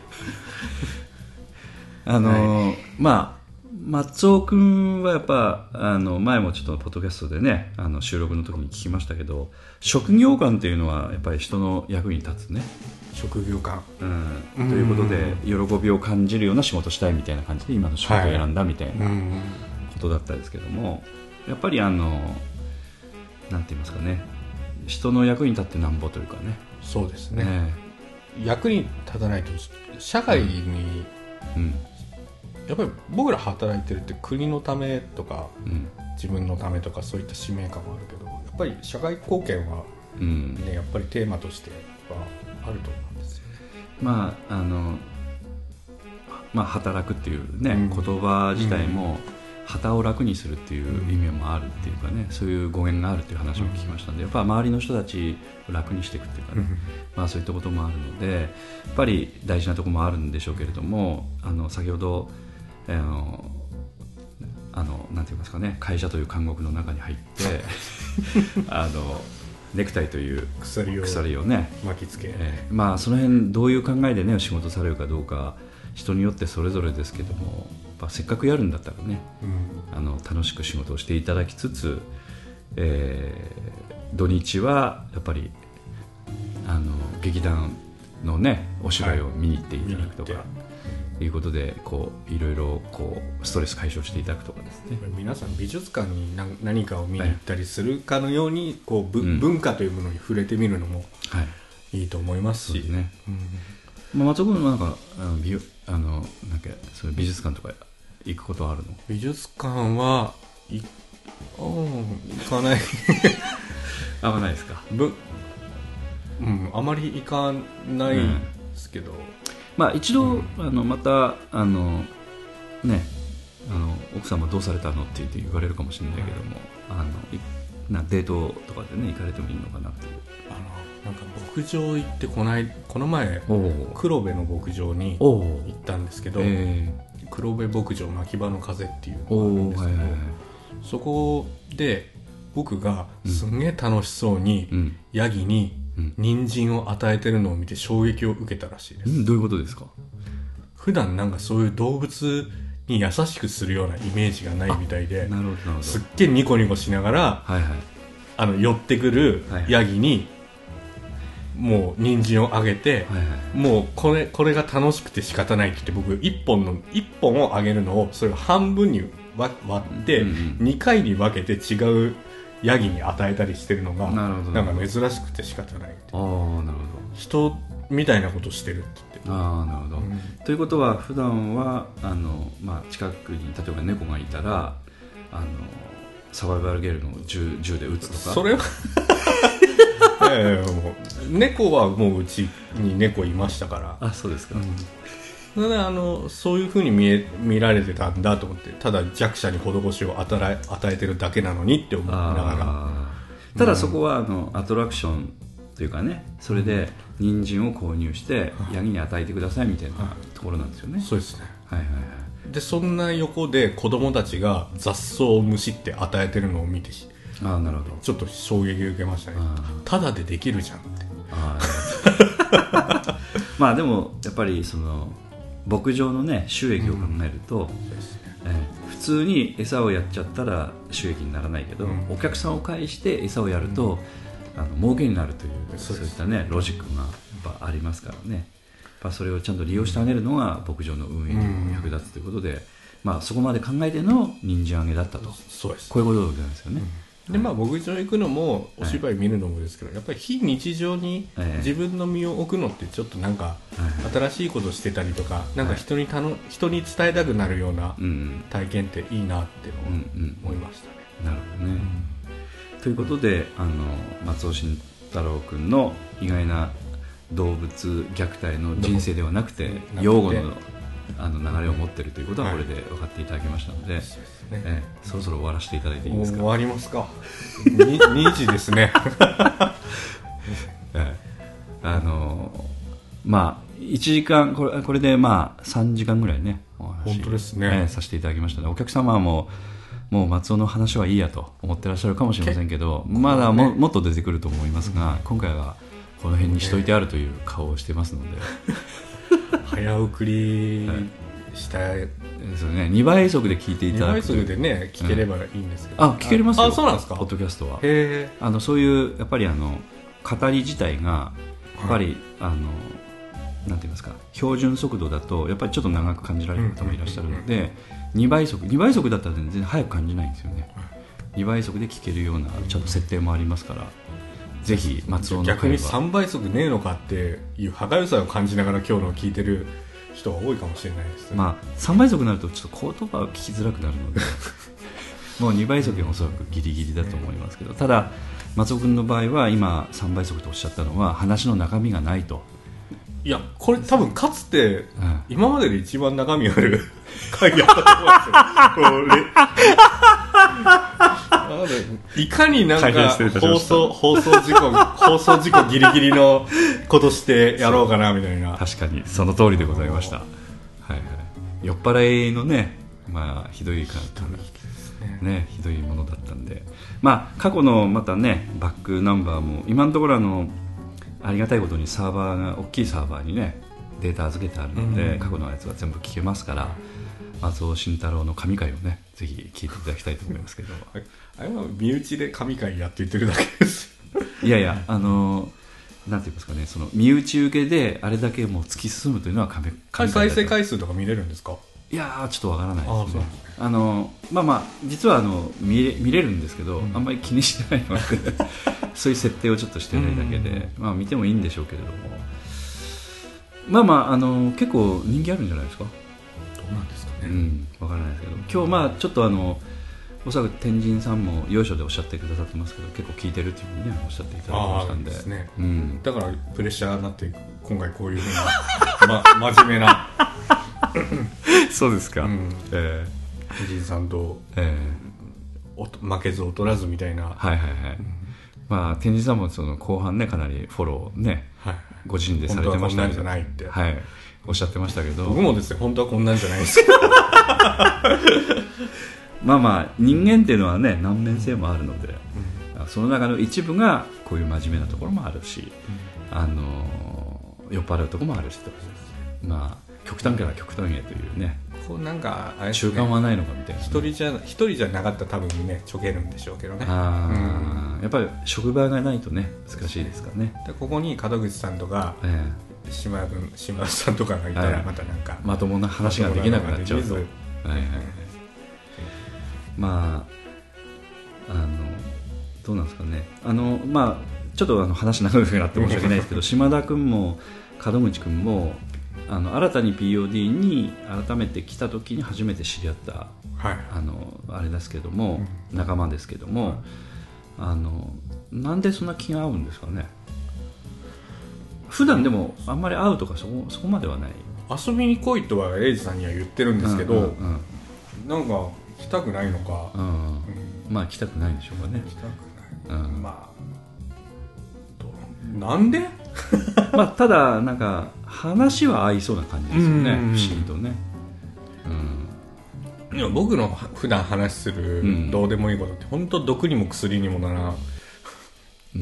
Speaker 2: あのー
Speaker 3: はい、
Speaker 2: まあ松尾くんはやっぱあの前もちょっとポッドキャストでね、あの収録の時に聞きましたけど、職業観っていうのはやっぱり人の役に立つね、
Speaker 3: 職業観、
Speaker 2: うん、ということで喜びを感じるような仕事したいみたいな感じで今の仕事を選んだみたいなことだったんですけども、やっぱりあのなんて言いますかね、人の役に立ってなんぼというかね。
Speaker 3: そうですね、
Speaker 2: ね、
Speaker 3: 役に立たないと社会に、
Speaker 2: うんうん、
Speaker 3: やっぱり僕ら働いてるって国のためとか、
Speaker 2: うん、
Speaker 3: 自分のためとかそういった使命感もあるけど、やっぱり社会貢献は、
Speaker 2: うん、
Speaker 3: ね、やっぱりテーマとしてはあると思うんですよね。
Speaker 2: まああのまあ働くっていうね、うん、言葉自体も、うん、旗を楽にするっていう意味もあるっていうかね、そういう語源があるっていう話を聞きましたので、やっぱ周りの人たちを楽にしていくっていうかね、まあ、そういったこともあるので、やっぱり大事なところもあるんでしょうけれども、あの先ほどあのあのなんて言いますかね、会社という監獄の中に入ってあのネクタイという
Speaker 3: 鎖を、
Speaker 2: 鎖をね
Speaker 3: 巻きつけ、
Speaker 2: えーまあ、その辺どういう考えでね仕事されるかどうか人によってそれぞれですけども、やっぱせっかくやるんだったらね、うん、あの楽しく仕事をしていただきつつ、えー、土日はやっぱりあの劇団のねお芝居を見に行っていただくとか、はい、いうことでこういろいろこうストレス解消していただくとかですね。
Speaker 3: 皆さん美術館に何, 何かを見に行ったりするかのように、はい、こう、うん、文化というものに触れてみるのもいいと思いますし、はい、
Speaker 2: ね、うん、まあ、松尾君はなんかあの 美, あのなんかそういう美術館とか行くことはあるの？
Speaker 3: 美術館はい行かない
Speaker 2: あんまないですか？
Speaker 3: ぶ、うん、あまり行かないですけど、うん、
Speaker 2: まあ、一度、うん、あのまたあの、ね、あの奥様どうされたのって言われるかもしれないけども、うん、あのなデートとかで、ね、行かれてもいいのかなっていう。
Speaker 3: あのなんか牧場行ってこないこの前黒部の牧場に行ったんですけど、えー、黒部牧場牧場の風っていうのがあるんですけど、はいはいはい、そこで僕がすんげえ楽しそうに、うん、ヤギに人参を与えてるのを見て衝撃を受けたらしいです、
Speaker 2: うん、どういうことですか？
Speaker 3: 普段なんかそういう動物に優しくするようなイメージがないみたいで、
Speaker 2: なるほどなるほど、
Speaker 3: すっげえニコニコしながら、はいはい、あの寄ってくるヤギにもう人参をあげて、はいはい、もうこれ、これが楽しくて仕方ないって言って、僕いっぽんのいっぽんをあげるのをそれを半分に割って、うんうん、にかいに分けて違うヤギに与えたりしてるのがなんか珍しくて仕方ないって。あー、なるほど、人みたいなことしてるって言って。
Speaker 2: あー、なるほど、うん、ということは普段はあの、まあ、近くに例えば猫がいたらあのサバイバルゲールの 銃, 銃で撃つとか、
Speaker 3: それはえー、もう猫はもううちに猫いましたから。
Speaker 2: あ、そうですか、
Speaker 3: うん、だからあのそういう風に 見, え見られてたんだと思って、ただ弱者に施しを与え、与えてるだけなのにって思いながら。
Speaker 2: ただそこはあのアトラクションというかね、それで人参を購入してヤギに与えてくださいみたいなところなんですよね。
Speaker 3: そうですね、
Speaker 2: はいはいはい。
Speaker 3: でそんな横で子供たちが雑草をむしって与えてるのを見て、
Speaker 2: あ、なるほど、
Speaker 3: ちょっと衝撃を受けましたね。ただでできるじゃんって。
Speaker 2: あまあでもやっぱりその牧場のね収益を考えると、うん、えー、普通に餌をやっちゃったら収益にならないけど、うん、お客さんを介して餌をやると、うん、あの儲けになるという、そういったねロジックがやっぱありますからね。やっぱそれをちゃんと利用してあげるのが牧場の運営に役立つということで、うん、まあ、そこまで考えての人参揚げだったと。
Speaker 3: そうです、
Speaker 2: こういうことなんですよね。
Speaker 3: うん、でまあ、牧場行くのもお芝居見るのもですけど、はい、やっぱり非日常に自分の身を置くのってちょっとなんか新しいことしてたりとか、なんか人にたの人に伝えたくなるような体験っていいなって思いましたね。
Speaker 2: うんうん、なるほどね、うん、ということであの松尾慎太郎君の意外な動物虐待の人生ではなくて養護のあの流れを持っているということはこれで分かっていただきましたので、はい、そ, ねえー、そろそろ終わらせていただいていいですか？
Speaker 3: 終わりますか。にじですね。
Speaker 2: えー、あのまあいちじかんこれ、これでまあさんじかんぐらいねお話
Speaker 3: 本当ですね、
Speaker 2: えーさせていただきましたね。お客様はもうもう松尾の話はいいやと思ってらっしゃるかもしれませんけど、まだ も, もっと出てくると思いますが、うん、今回はこの辺にしといてあるという顔をしてますので、
Speaker 3: 早送りした、はい、
Speaker 2: そうね、にばい速で聞いていただく、にばい
Speaker 3: 速でね聞ければいいんですけど、
Speaker 2: うん、あ聞けれますよ。
Speaker 3: あそうなんですか。
Speaker 2: ポッドキャストは
Speaker 3: へ
Speaker 2: あのそういうやっぱりあの語り自体がやっぱり、はい、あのなんて言いますか、標準速度だとやっぱりちょっと長く感じられる方もいらっしゃるので、にばい速にばい速だったら全然早く感じないんですよね。にばい速で聞けるようなちょっと設定もありますから、ぜひ松尾の会は
Speaker 3: 逆にさんばい速ねえのかっていう歯がゆさを感じながら今日のを聞いてる人が多いかもしれないですね。
Speaker 2: まあさんばい速になるとちょっと言葉を聞きづらくなるのでもうにばい速はおそらくギリギリだと思いますけど、ただ松尾君の場合は今さんばい速とおっしゃったのは話の中身がないと。
Speaker 3: いやこれ多分かつて今までで一番中身ある回やったと思うんですよいかになんか放送放送事故放送事故ギリギリのことしてやろうかなみたいな。
Speaker 2: 確かにその通りでございました。はいはい、酔っ払いのね、まあひどいかね、ひどいものだったんで、まあ過去のまたねバックナンバーも今のところあのありがたいことにサーバーが大きいサーバーにねデータ預けてあるので、うん、過去のやつが全部聞けますから、松尾慎太郎の神回をねぜひ聞いていただきたいと思いますけど
Speaker 3: あれは身内で神回やって言ってるだけです
Speaker 2: いやいや、あのなんていうんですかね、その身内受けであれだけもう突き進むというのは神回
Speaker 3: 再生回数とか見れるんですか。
Speaker 2: いやちょっとわからないですね。あのまあまあ実はあの 見, れ見れるんですけど、うん、あんまり気にしてないのでそういう設定をちょっとしてないだけで、まあ見てもいいんでしょうけれども、まあまああの結構人気あるんじゃないですか。
Speaker 3: どうなんですかね。
Speaker 2: うん、わからないですけど、今日まあちょっとあのおそらく天神さんもよいしょでおっしゃってくださってますけど、結構聞いてるっていうふうにねおっしゃっていただきましたんで、
Speaker 3: ですね、
Speaker 2: うん、
Speaker 3: だからプレッシャーになって今回こういうふうな、ま、真面目な
Speaker 2: そうですか、うん、
Speaker 3: えー、天神さんと、えー、負けず劣らずみたいな。
Speaker 2: はいはいはい、うん、まあ天神さんもその後半ねかなりフォローね、はい、ご自身でされてましたけど、
Speaker 3: 本当はこんなんじゃないって、
Speaker 2: はい、おっしゃってましたけど、
Speaker 3: 僕もですね本当はこんなんじゃないです
Speaker 2: まあまあ人間っていうのはね難面性もあるので、うん、その中の一部がこういう真面目なところもあるし、うん、あの酔っ払うところもあるしと、まあ極端から極端へというね、
Speaker 3: こうなんかあれ、ね、
Speaker 2: 習慣はないのかみたいな、ね、
Speaker 3: 一人じゃ一人じゃなかったら多分ねちょけるんでしょうけどね。
Speaker 2: あ、うん、やっぱり職場がないとね難しいですからね。
Speaker 3: でここに門口さんとか、ええ、島田君島田さんとかがいたらまたなんか、はい、
Speaker 2: まともな話ができなくなっちゃうと、はいはいはい、まああのどうなんですかね、あのまあちょっとあの話長くなって申し訳ないですけど島田君も門口君もあの新たに ピーオーディー に改めて来た時に初めて知り合った、はい、あのあれですけども、うん、仲間ですけども、うん、あのなんでそんな気が合うんですかね。普段でもあんまり会うとかそこ、そこまではない。
Speaker 3: 遊びに来いとはエイジさんには言ってるんですけど、うんうんうん、なんか来たくないのか、うんうん、
Speaker 2: まあ来たくないんでしょうかね。
Speaker 3: 来たくない、うん、まあなんで
Speaker 2: まあただなんか話は合いそうな感じですよね、不思議とね、
Speaker 3: うん、いや僕の普段話するどうでもいいことって本当毒にも薬にもなら、うん、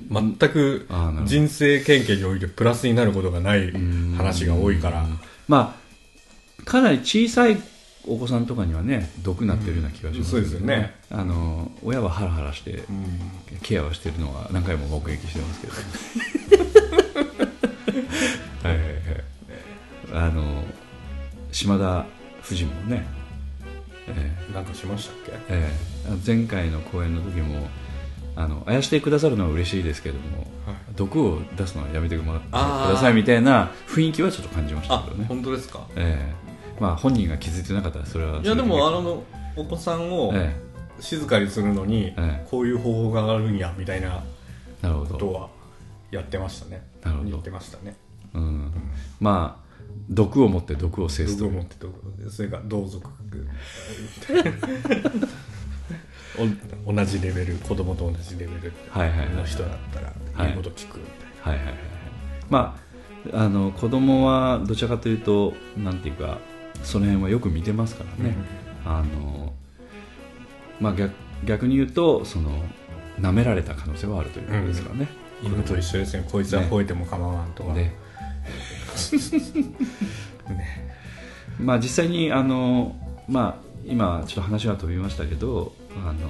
Speaker 3: 全く人生経験においてプラスになることがない話が多いから、
Speaker 2: まあかなり小さいお子さんとかにはね毒なってるような気がします、ね、
Speaker 3: うん、そうですよね。
Speaker 2: あの親はハラハラして、うん、ケアをしているのは何回も目撃してますけどはいはいはい、あの島田夫人もね、
Speaker 3: えー、なんかしましたっけ、
Speaker 2: えー、前回の公演の時もあのあやしてくださるのは嬉しいですけども、はい、毒を出すのはやめてくださいみたいな雰囲気はちょっと感じましたけどね。
Speaker 3: あ、本当ですか。
Speaker 2: えーまあ、本人が気づいてなかったらそれはそれ
Speaker 3: いやでもあのお子さんを静かにするのにこういう方法があるんやみたいなことはやってましたね。
Speaker 2: なるほど、
Speaker 3: 言ってましたね。
Speaker 2: うんうん、まあ毒を持って毒を制すと、
Speaker 3: 毒を持って毒それが同族同じレベル、子供と同じレベルの人だったら言うこと聞くみたいな。
Speaker 2: はいはいはいはい、まああの子供はどちらかというとなんていうかその辺はよく見てますからね、うん、あのまあ、逆, 逆に言うとその舐められた可能性はあるということですからね、
Speaker 3: うん、犬と一緒ですね。こいつは吠えても構わんとか、ね
Speaker 2: ねまあ、実際にあの、まあ、今ちょっと話が飛びましたけど、あの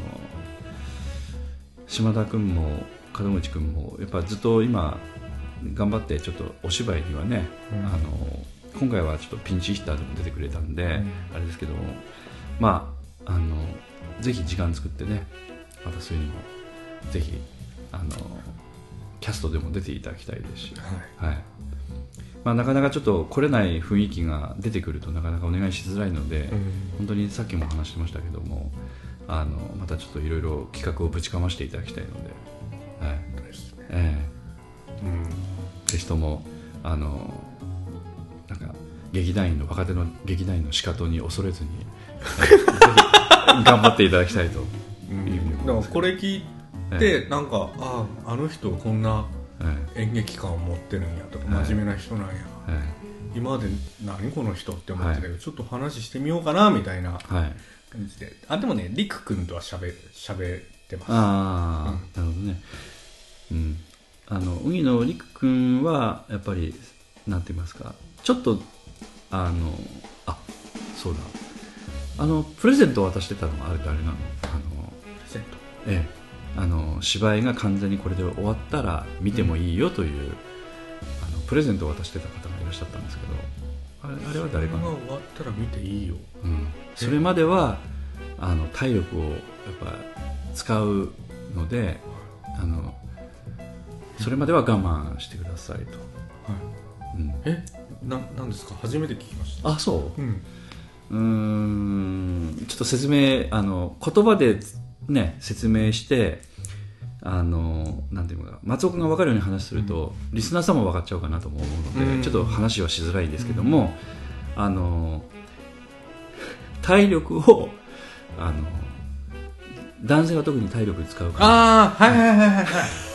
Speaker 2: 島田君も門口君もやっぱずっと今頑張ってちょっとお芝居にはね、うん、あの今回はちょっとピンチヒッターでも出てくれたんで、うん、あれですけども、まあ、あのぜひ時間作ってね、またそういうのもぜひあのキャストでも出ていただきたいですし、はいはい、まあ、なかなかちょっと来れない雰囲気が出てくるとなかなかお願いしづらいので、うん、本当にさっきも話してましたけども、あのまたちょっといろいろ企画をぶちかましていただきたいので、はい、えーうん、ぜひともあのなんか劇団員の若手の劇団員の仕方に恐れずにぜひ頑張っていただきたいというふうに思います。
Speaker 3: だからこれ聞いて、えー、なんかああの人こんな演劇感を持ってるんやとか、真面目な人なんや、えー、今まで何この人って思ってたけど、はい、ちょっと話してみようかなみたいな感じで、はい、あでもねりく君とはしゃべ、しゃべってます。
Speaker 2: ああ、うん、なるほどね、うん、あの海野りく君はやっぱりなんて言いますか、ちょっとあのあそうだあのプレゼントを渡してたのがあれ誰なの、あの
Speaker 3: プレゼント、
Speaker 2: ええ、あの芝居が完全にこれで終わったら見てもいいよという、うん、あのプレゼントを渡してた方がいらっしゃったんですけど、あれ、あれは誰かな。
Speaker 3: それが終わったら見ていいよ、
Speaker 2: うん、それまではあの体力をやっぱ使うので、あのそれまでは我慢してくださいと、はい、うん、
Speaker 3: えな、なんですか、初めて聞きました。
Speaker 2: あ、そう、うん、うーんちょっと説明あの言葉でね説明して、あのなんていうか松岡が分かるように話すると、うん、リスナーさんも分かっちゃうかなと思うので、うん、ちょっと話はしづらいですけども、うん、あの体力をあの男性は特に体力使うから、
Speaker 3: ああはいはいはいはい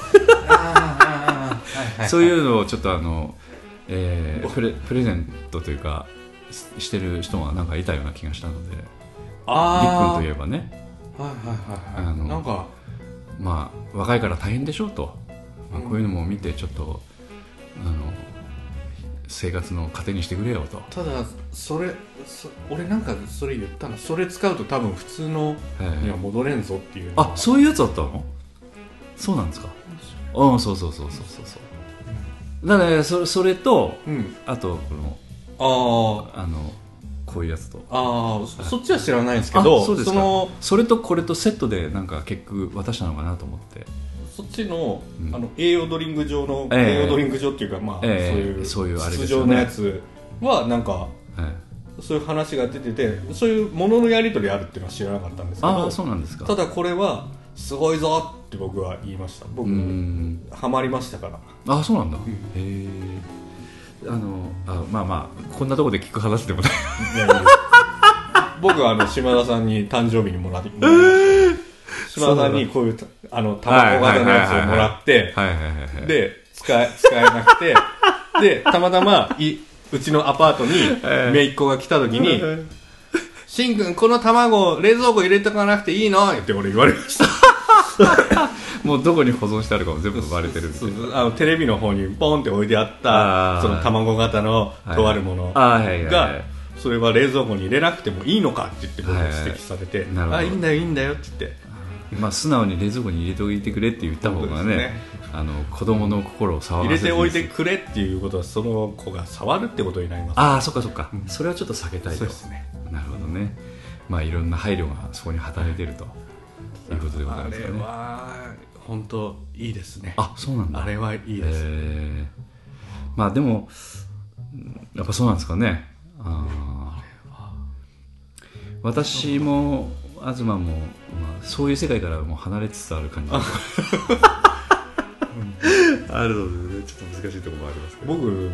Speaker 3: はい
Speaker 2: そういうのをちょっとあの、えー、プレ、プレゼントというかしてる人がなんかいたような気がしたので、
Speaker 3: あ
Speaker 2: りっくんといえばね、
Speaker 3: はいはいはいはい、あのなんか
Speaker 2: まあ若いから大変でしょうと、まあ、こういうのも見てちょっとあの生活の糧にしてくれよと。
Speaker 3: ただそれそ俺なんかそれ言ったの、それ使うと多分普通のには戻れんぞっていうの、
Speaker 2: あ、そういうやつだったの。そうなんですか。うん、そうそうそうそうそうそう、だからそれ、それと、うん、あとこのああのこういうやつと、
Speaker 3: ああ そ, そっちは知らないんですけど、
Speaker 2: そうですか。そのそれとこれとセットでなんか結局渡したのかなと思って、
Speaker 3: そっち の,、うん、あの栄養ドリンク状の、えー、栄養ドリンク状っていうか、まあ、えー、
Speaker 2: そういう、そういうあれ
Speaker 3: ですよね、通常のやつはなんか、えー、そういう話が出てて、そういうもののやり取りあるっていうのは知らなかったんですけど、
Speaker 2: あ、そうなんですか。
Speaker 3: ただこれはすごいぞって僕は言いました。僕ハマりましたから。
Speaker 2: あ、そうなんだ、うん、へえ。あのあまあまあこんなところで聞く話でもないいやいや
Speaker 3: 僕はあの島田さんに誕生日にもらって島田さんにこういうあの卵型のやつをもらってで使え使えなくてでたまたまいうちのアパートに姪っ子が来た時に「しんくんこの卵冷蔵庫入れとかなくていいの?」って俺言われました
Speaker 2: もうどこに保存してあるかも全部バレてるみたいな。
Speaker 3: あのテレビの方にポンって置いてあったその卵型のとあるものがそれは冷蔵庫に入れなくてもいいのかって言って僕に指摘されて、はいはい、あいいんだよいいんだよって言って、
Speaker 2: まあ、素直に冷蔵庫に入れておいてくれって言った方が ね, ねあの子供の心を触らせ
Speaker 3: 入れておいてくれっていうことはその子が触るってことになります、ね、
Speaker 2: ああそっかそっか、うん、それはちょっと避けたいと。そうですね。なるほどね。まあいろんな配慮がそこに働いているということでございますかね。
Speaker 3: あれは本当いいですね。
Speaker 2: あ、そうなんだ。
Speaker 3: あれはいいです、
Speaker 2: えー、まあでもやっぱそうなんですかね。ああれは私も東も、まあ、そういう世界からもう離れつつある感じあるので、ね、ちょっと難しいところもありますけど、
Speaker 3: 僕もう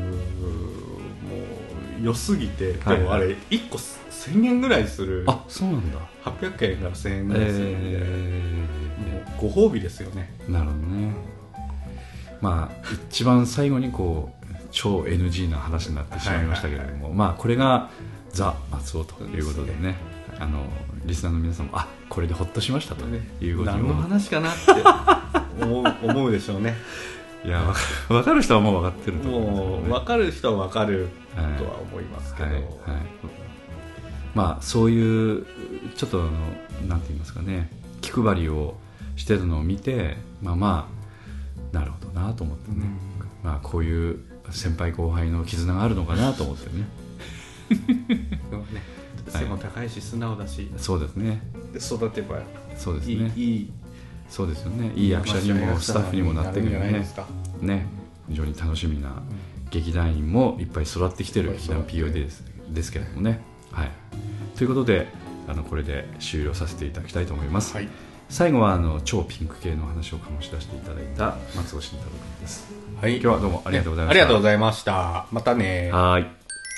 Speaker 3: 良すぎて、でもあれいっこせんえんぐらいする。
Speaker 2: あ、そうなんだ。
Speaker 3: はっぴゃくえんからせんえんぐらいするんで、えー、もうご褒美ですよね。
Speaker 2: なるほどね。まあ一番最後にこう超 エヌジー な話になってしまいましたけれども、はいはいはい、まあこれがザ・松尾ということでね、ね、あのリスナーの皆さんもあこれでほっとしましたということで、
Speaker 3: 何の話かなって思う、思うでしょうね。
Speaker 2: いや分かる人はもう分かってると思います、ね、
Speaker 3: もう分かる人は分かるとは思いますけど、はいはいはい、
Speaker 2: まあそういうちょっとあのなんて言いますかね、気配りをしてるのを見て、まあまあなるほどなと思ってね、うん、まあこういう先輩後輩の絆があるのかなと思ってね。
Speaker 3: でもね、背も高いし素直だし、
Speaker 2: そうですね。
Speaker 3: で育てば
Speaker 2: そうですね。
Speaker 3: いい、いい
Speaker 2: そうですよね。いい役者にもスタッフにもなってくるね。ね、非常に楽しみな劇団員もいっぱい育ってきてる劇団 ピーオーディー です、ですけれどもね。はい。ということで、あのこれで終了させていただきたいと思います。はい、最後はあの超ピンク系の話を醸し出していただいた松尾慎太郎君です。はい。今日はどうもありがとうございました。
Speaker 3: ありがとうございました。またね。
Speaker 2: はい。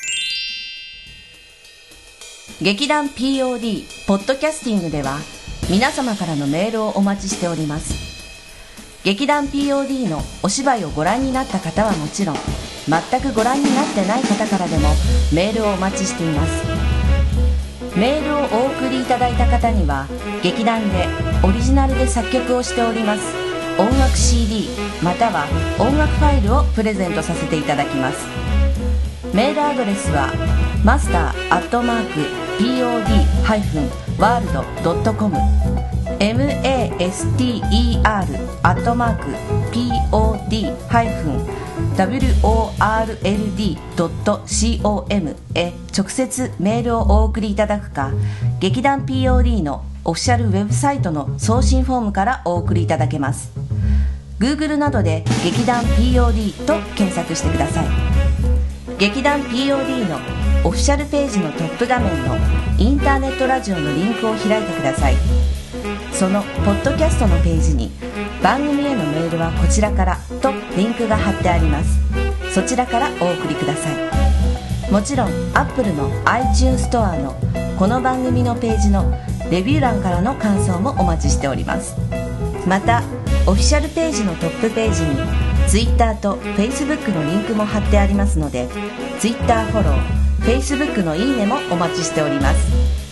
Speaker 1: 劇団 ピーオーディー ポッドキャスティングでは皆様からのメールをお待ちしております。劇団 ピーオーディー のお芝居をご覧になった方はもちろん、全くご覧になってない方からでもメールをお待ちしています。メールをお送りいただいた方には劇団でオリジナルで作曲をしております音楽 シーディー または音楽ファイルをプレゼントさせていただきます。メールアドレスはマスターアットマーク ピーオーディー ハイフン ワールド ドット コム マスター アットマーク ピーオーディー ハイフン ワールド ドット コム へ直接メールをお送りいただくか、劇団 ピーオーディー のオフィシャルウェブサイトの送信フォームからお送りいただけます。 Google などで劇団 ピーオーディー と検索してください。劇団 ピーオーディー のオフィシャルページのトップ画面のインターネットラジオのリンクを開いてください。そのポッドキャストのページに番組へのメールはこちらからとリンクが貼ってあります。そちらからお送りください。もちろん Apple の iTunes ストアのこの番組のページのレビュー欄からの感想もお待ちしております。またオフィシャルページのトップページに Twitter と Facebook のリンクも貼ってありますので、 Twitter フォロー、 Facebook のいいねもお待ちしております。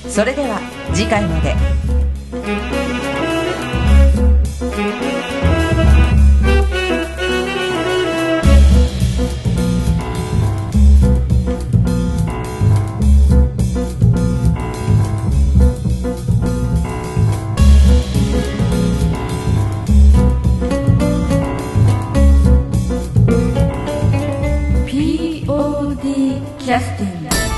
Speaker 1: それでは次回まで。ピーオーディー キャスティング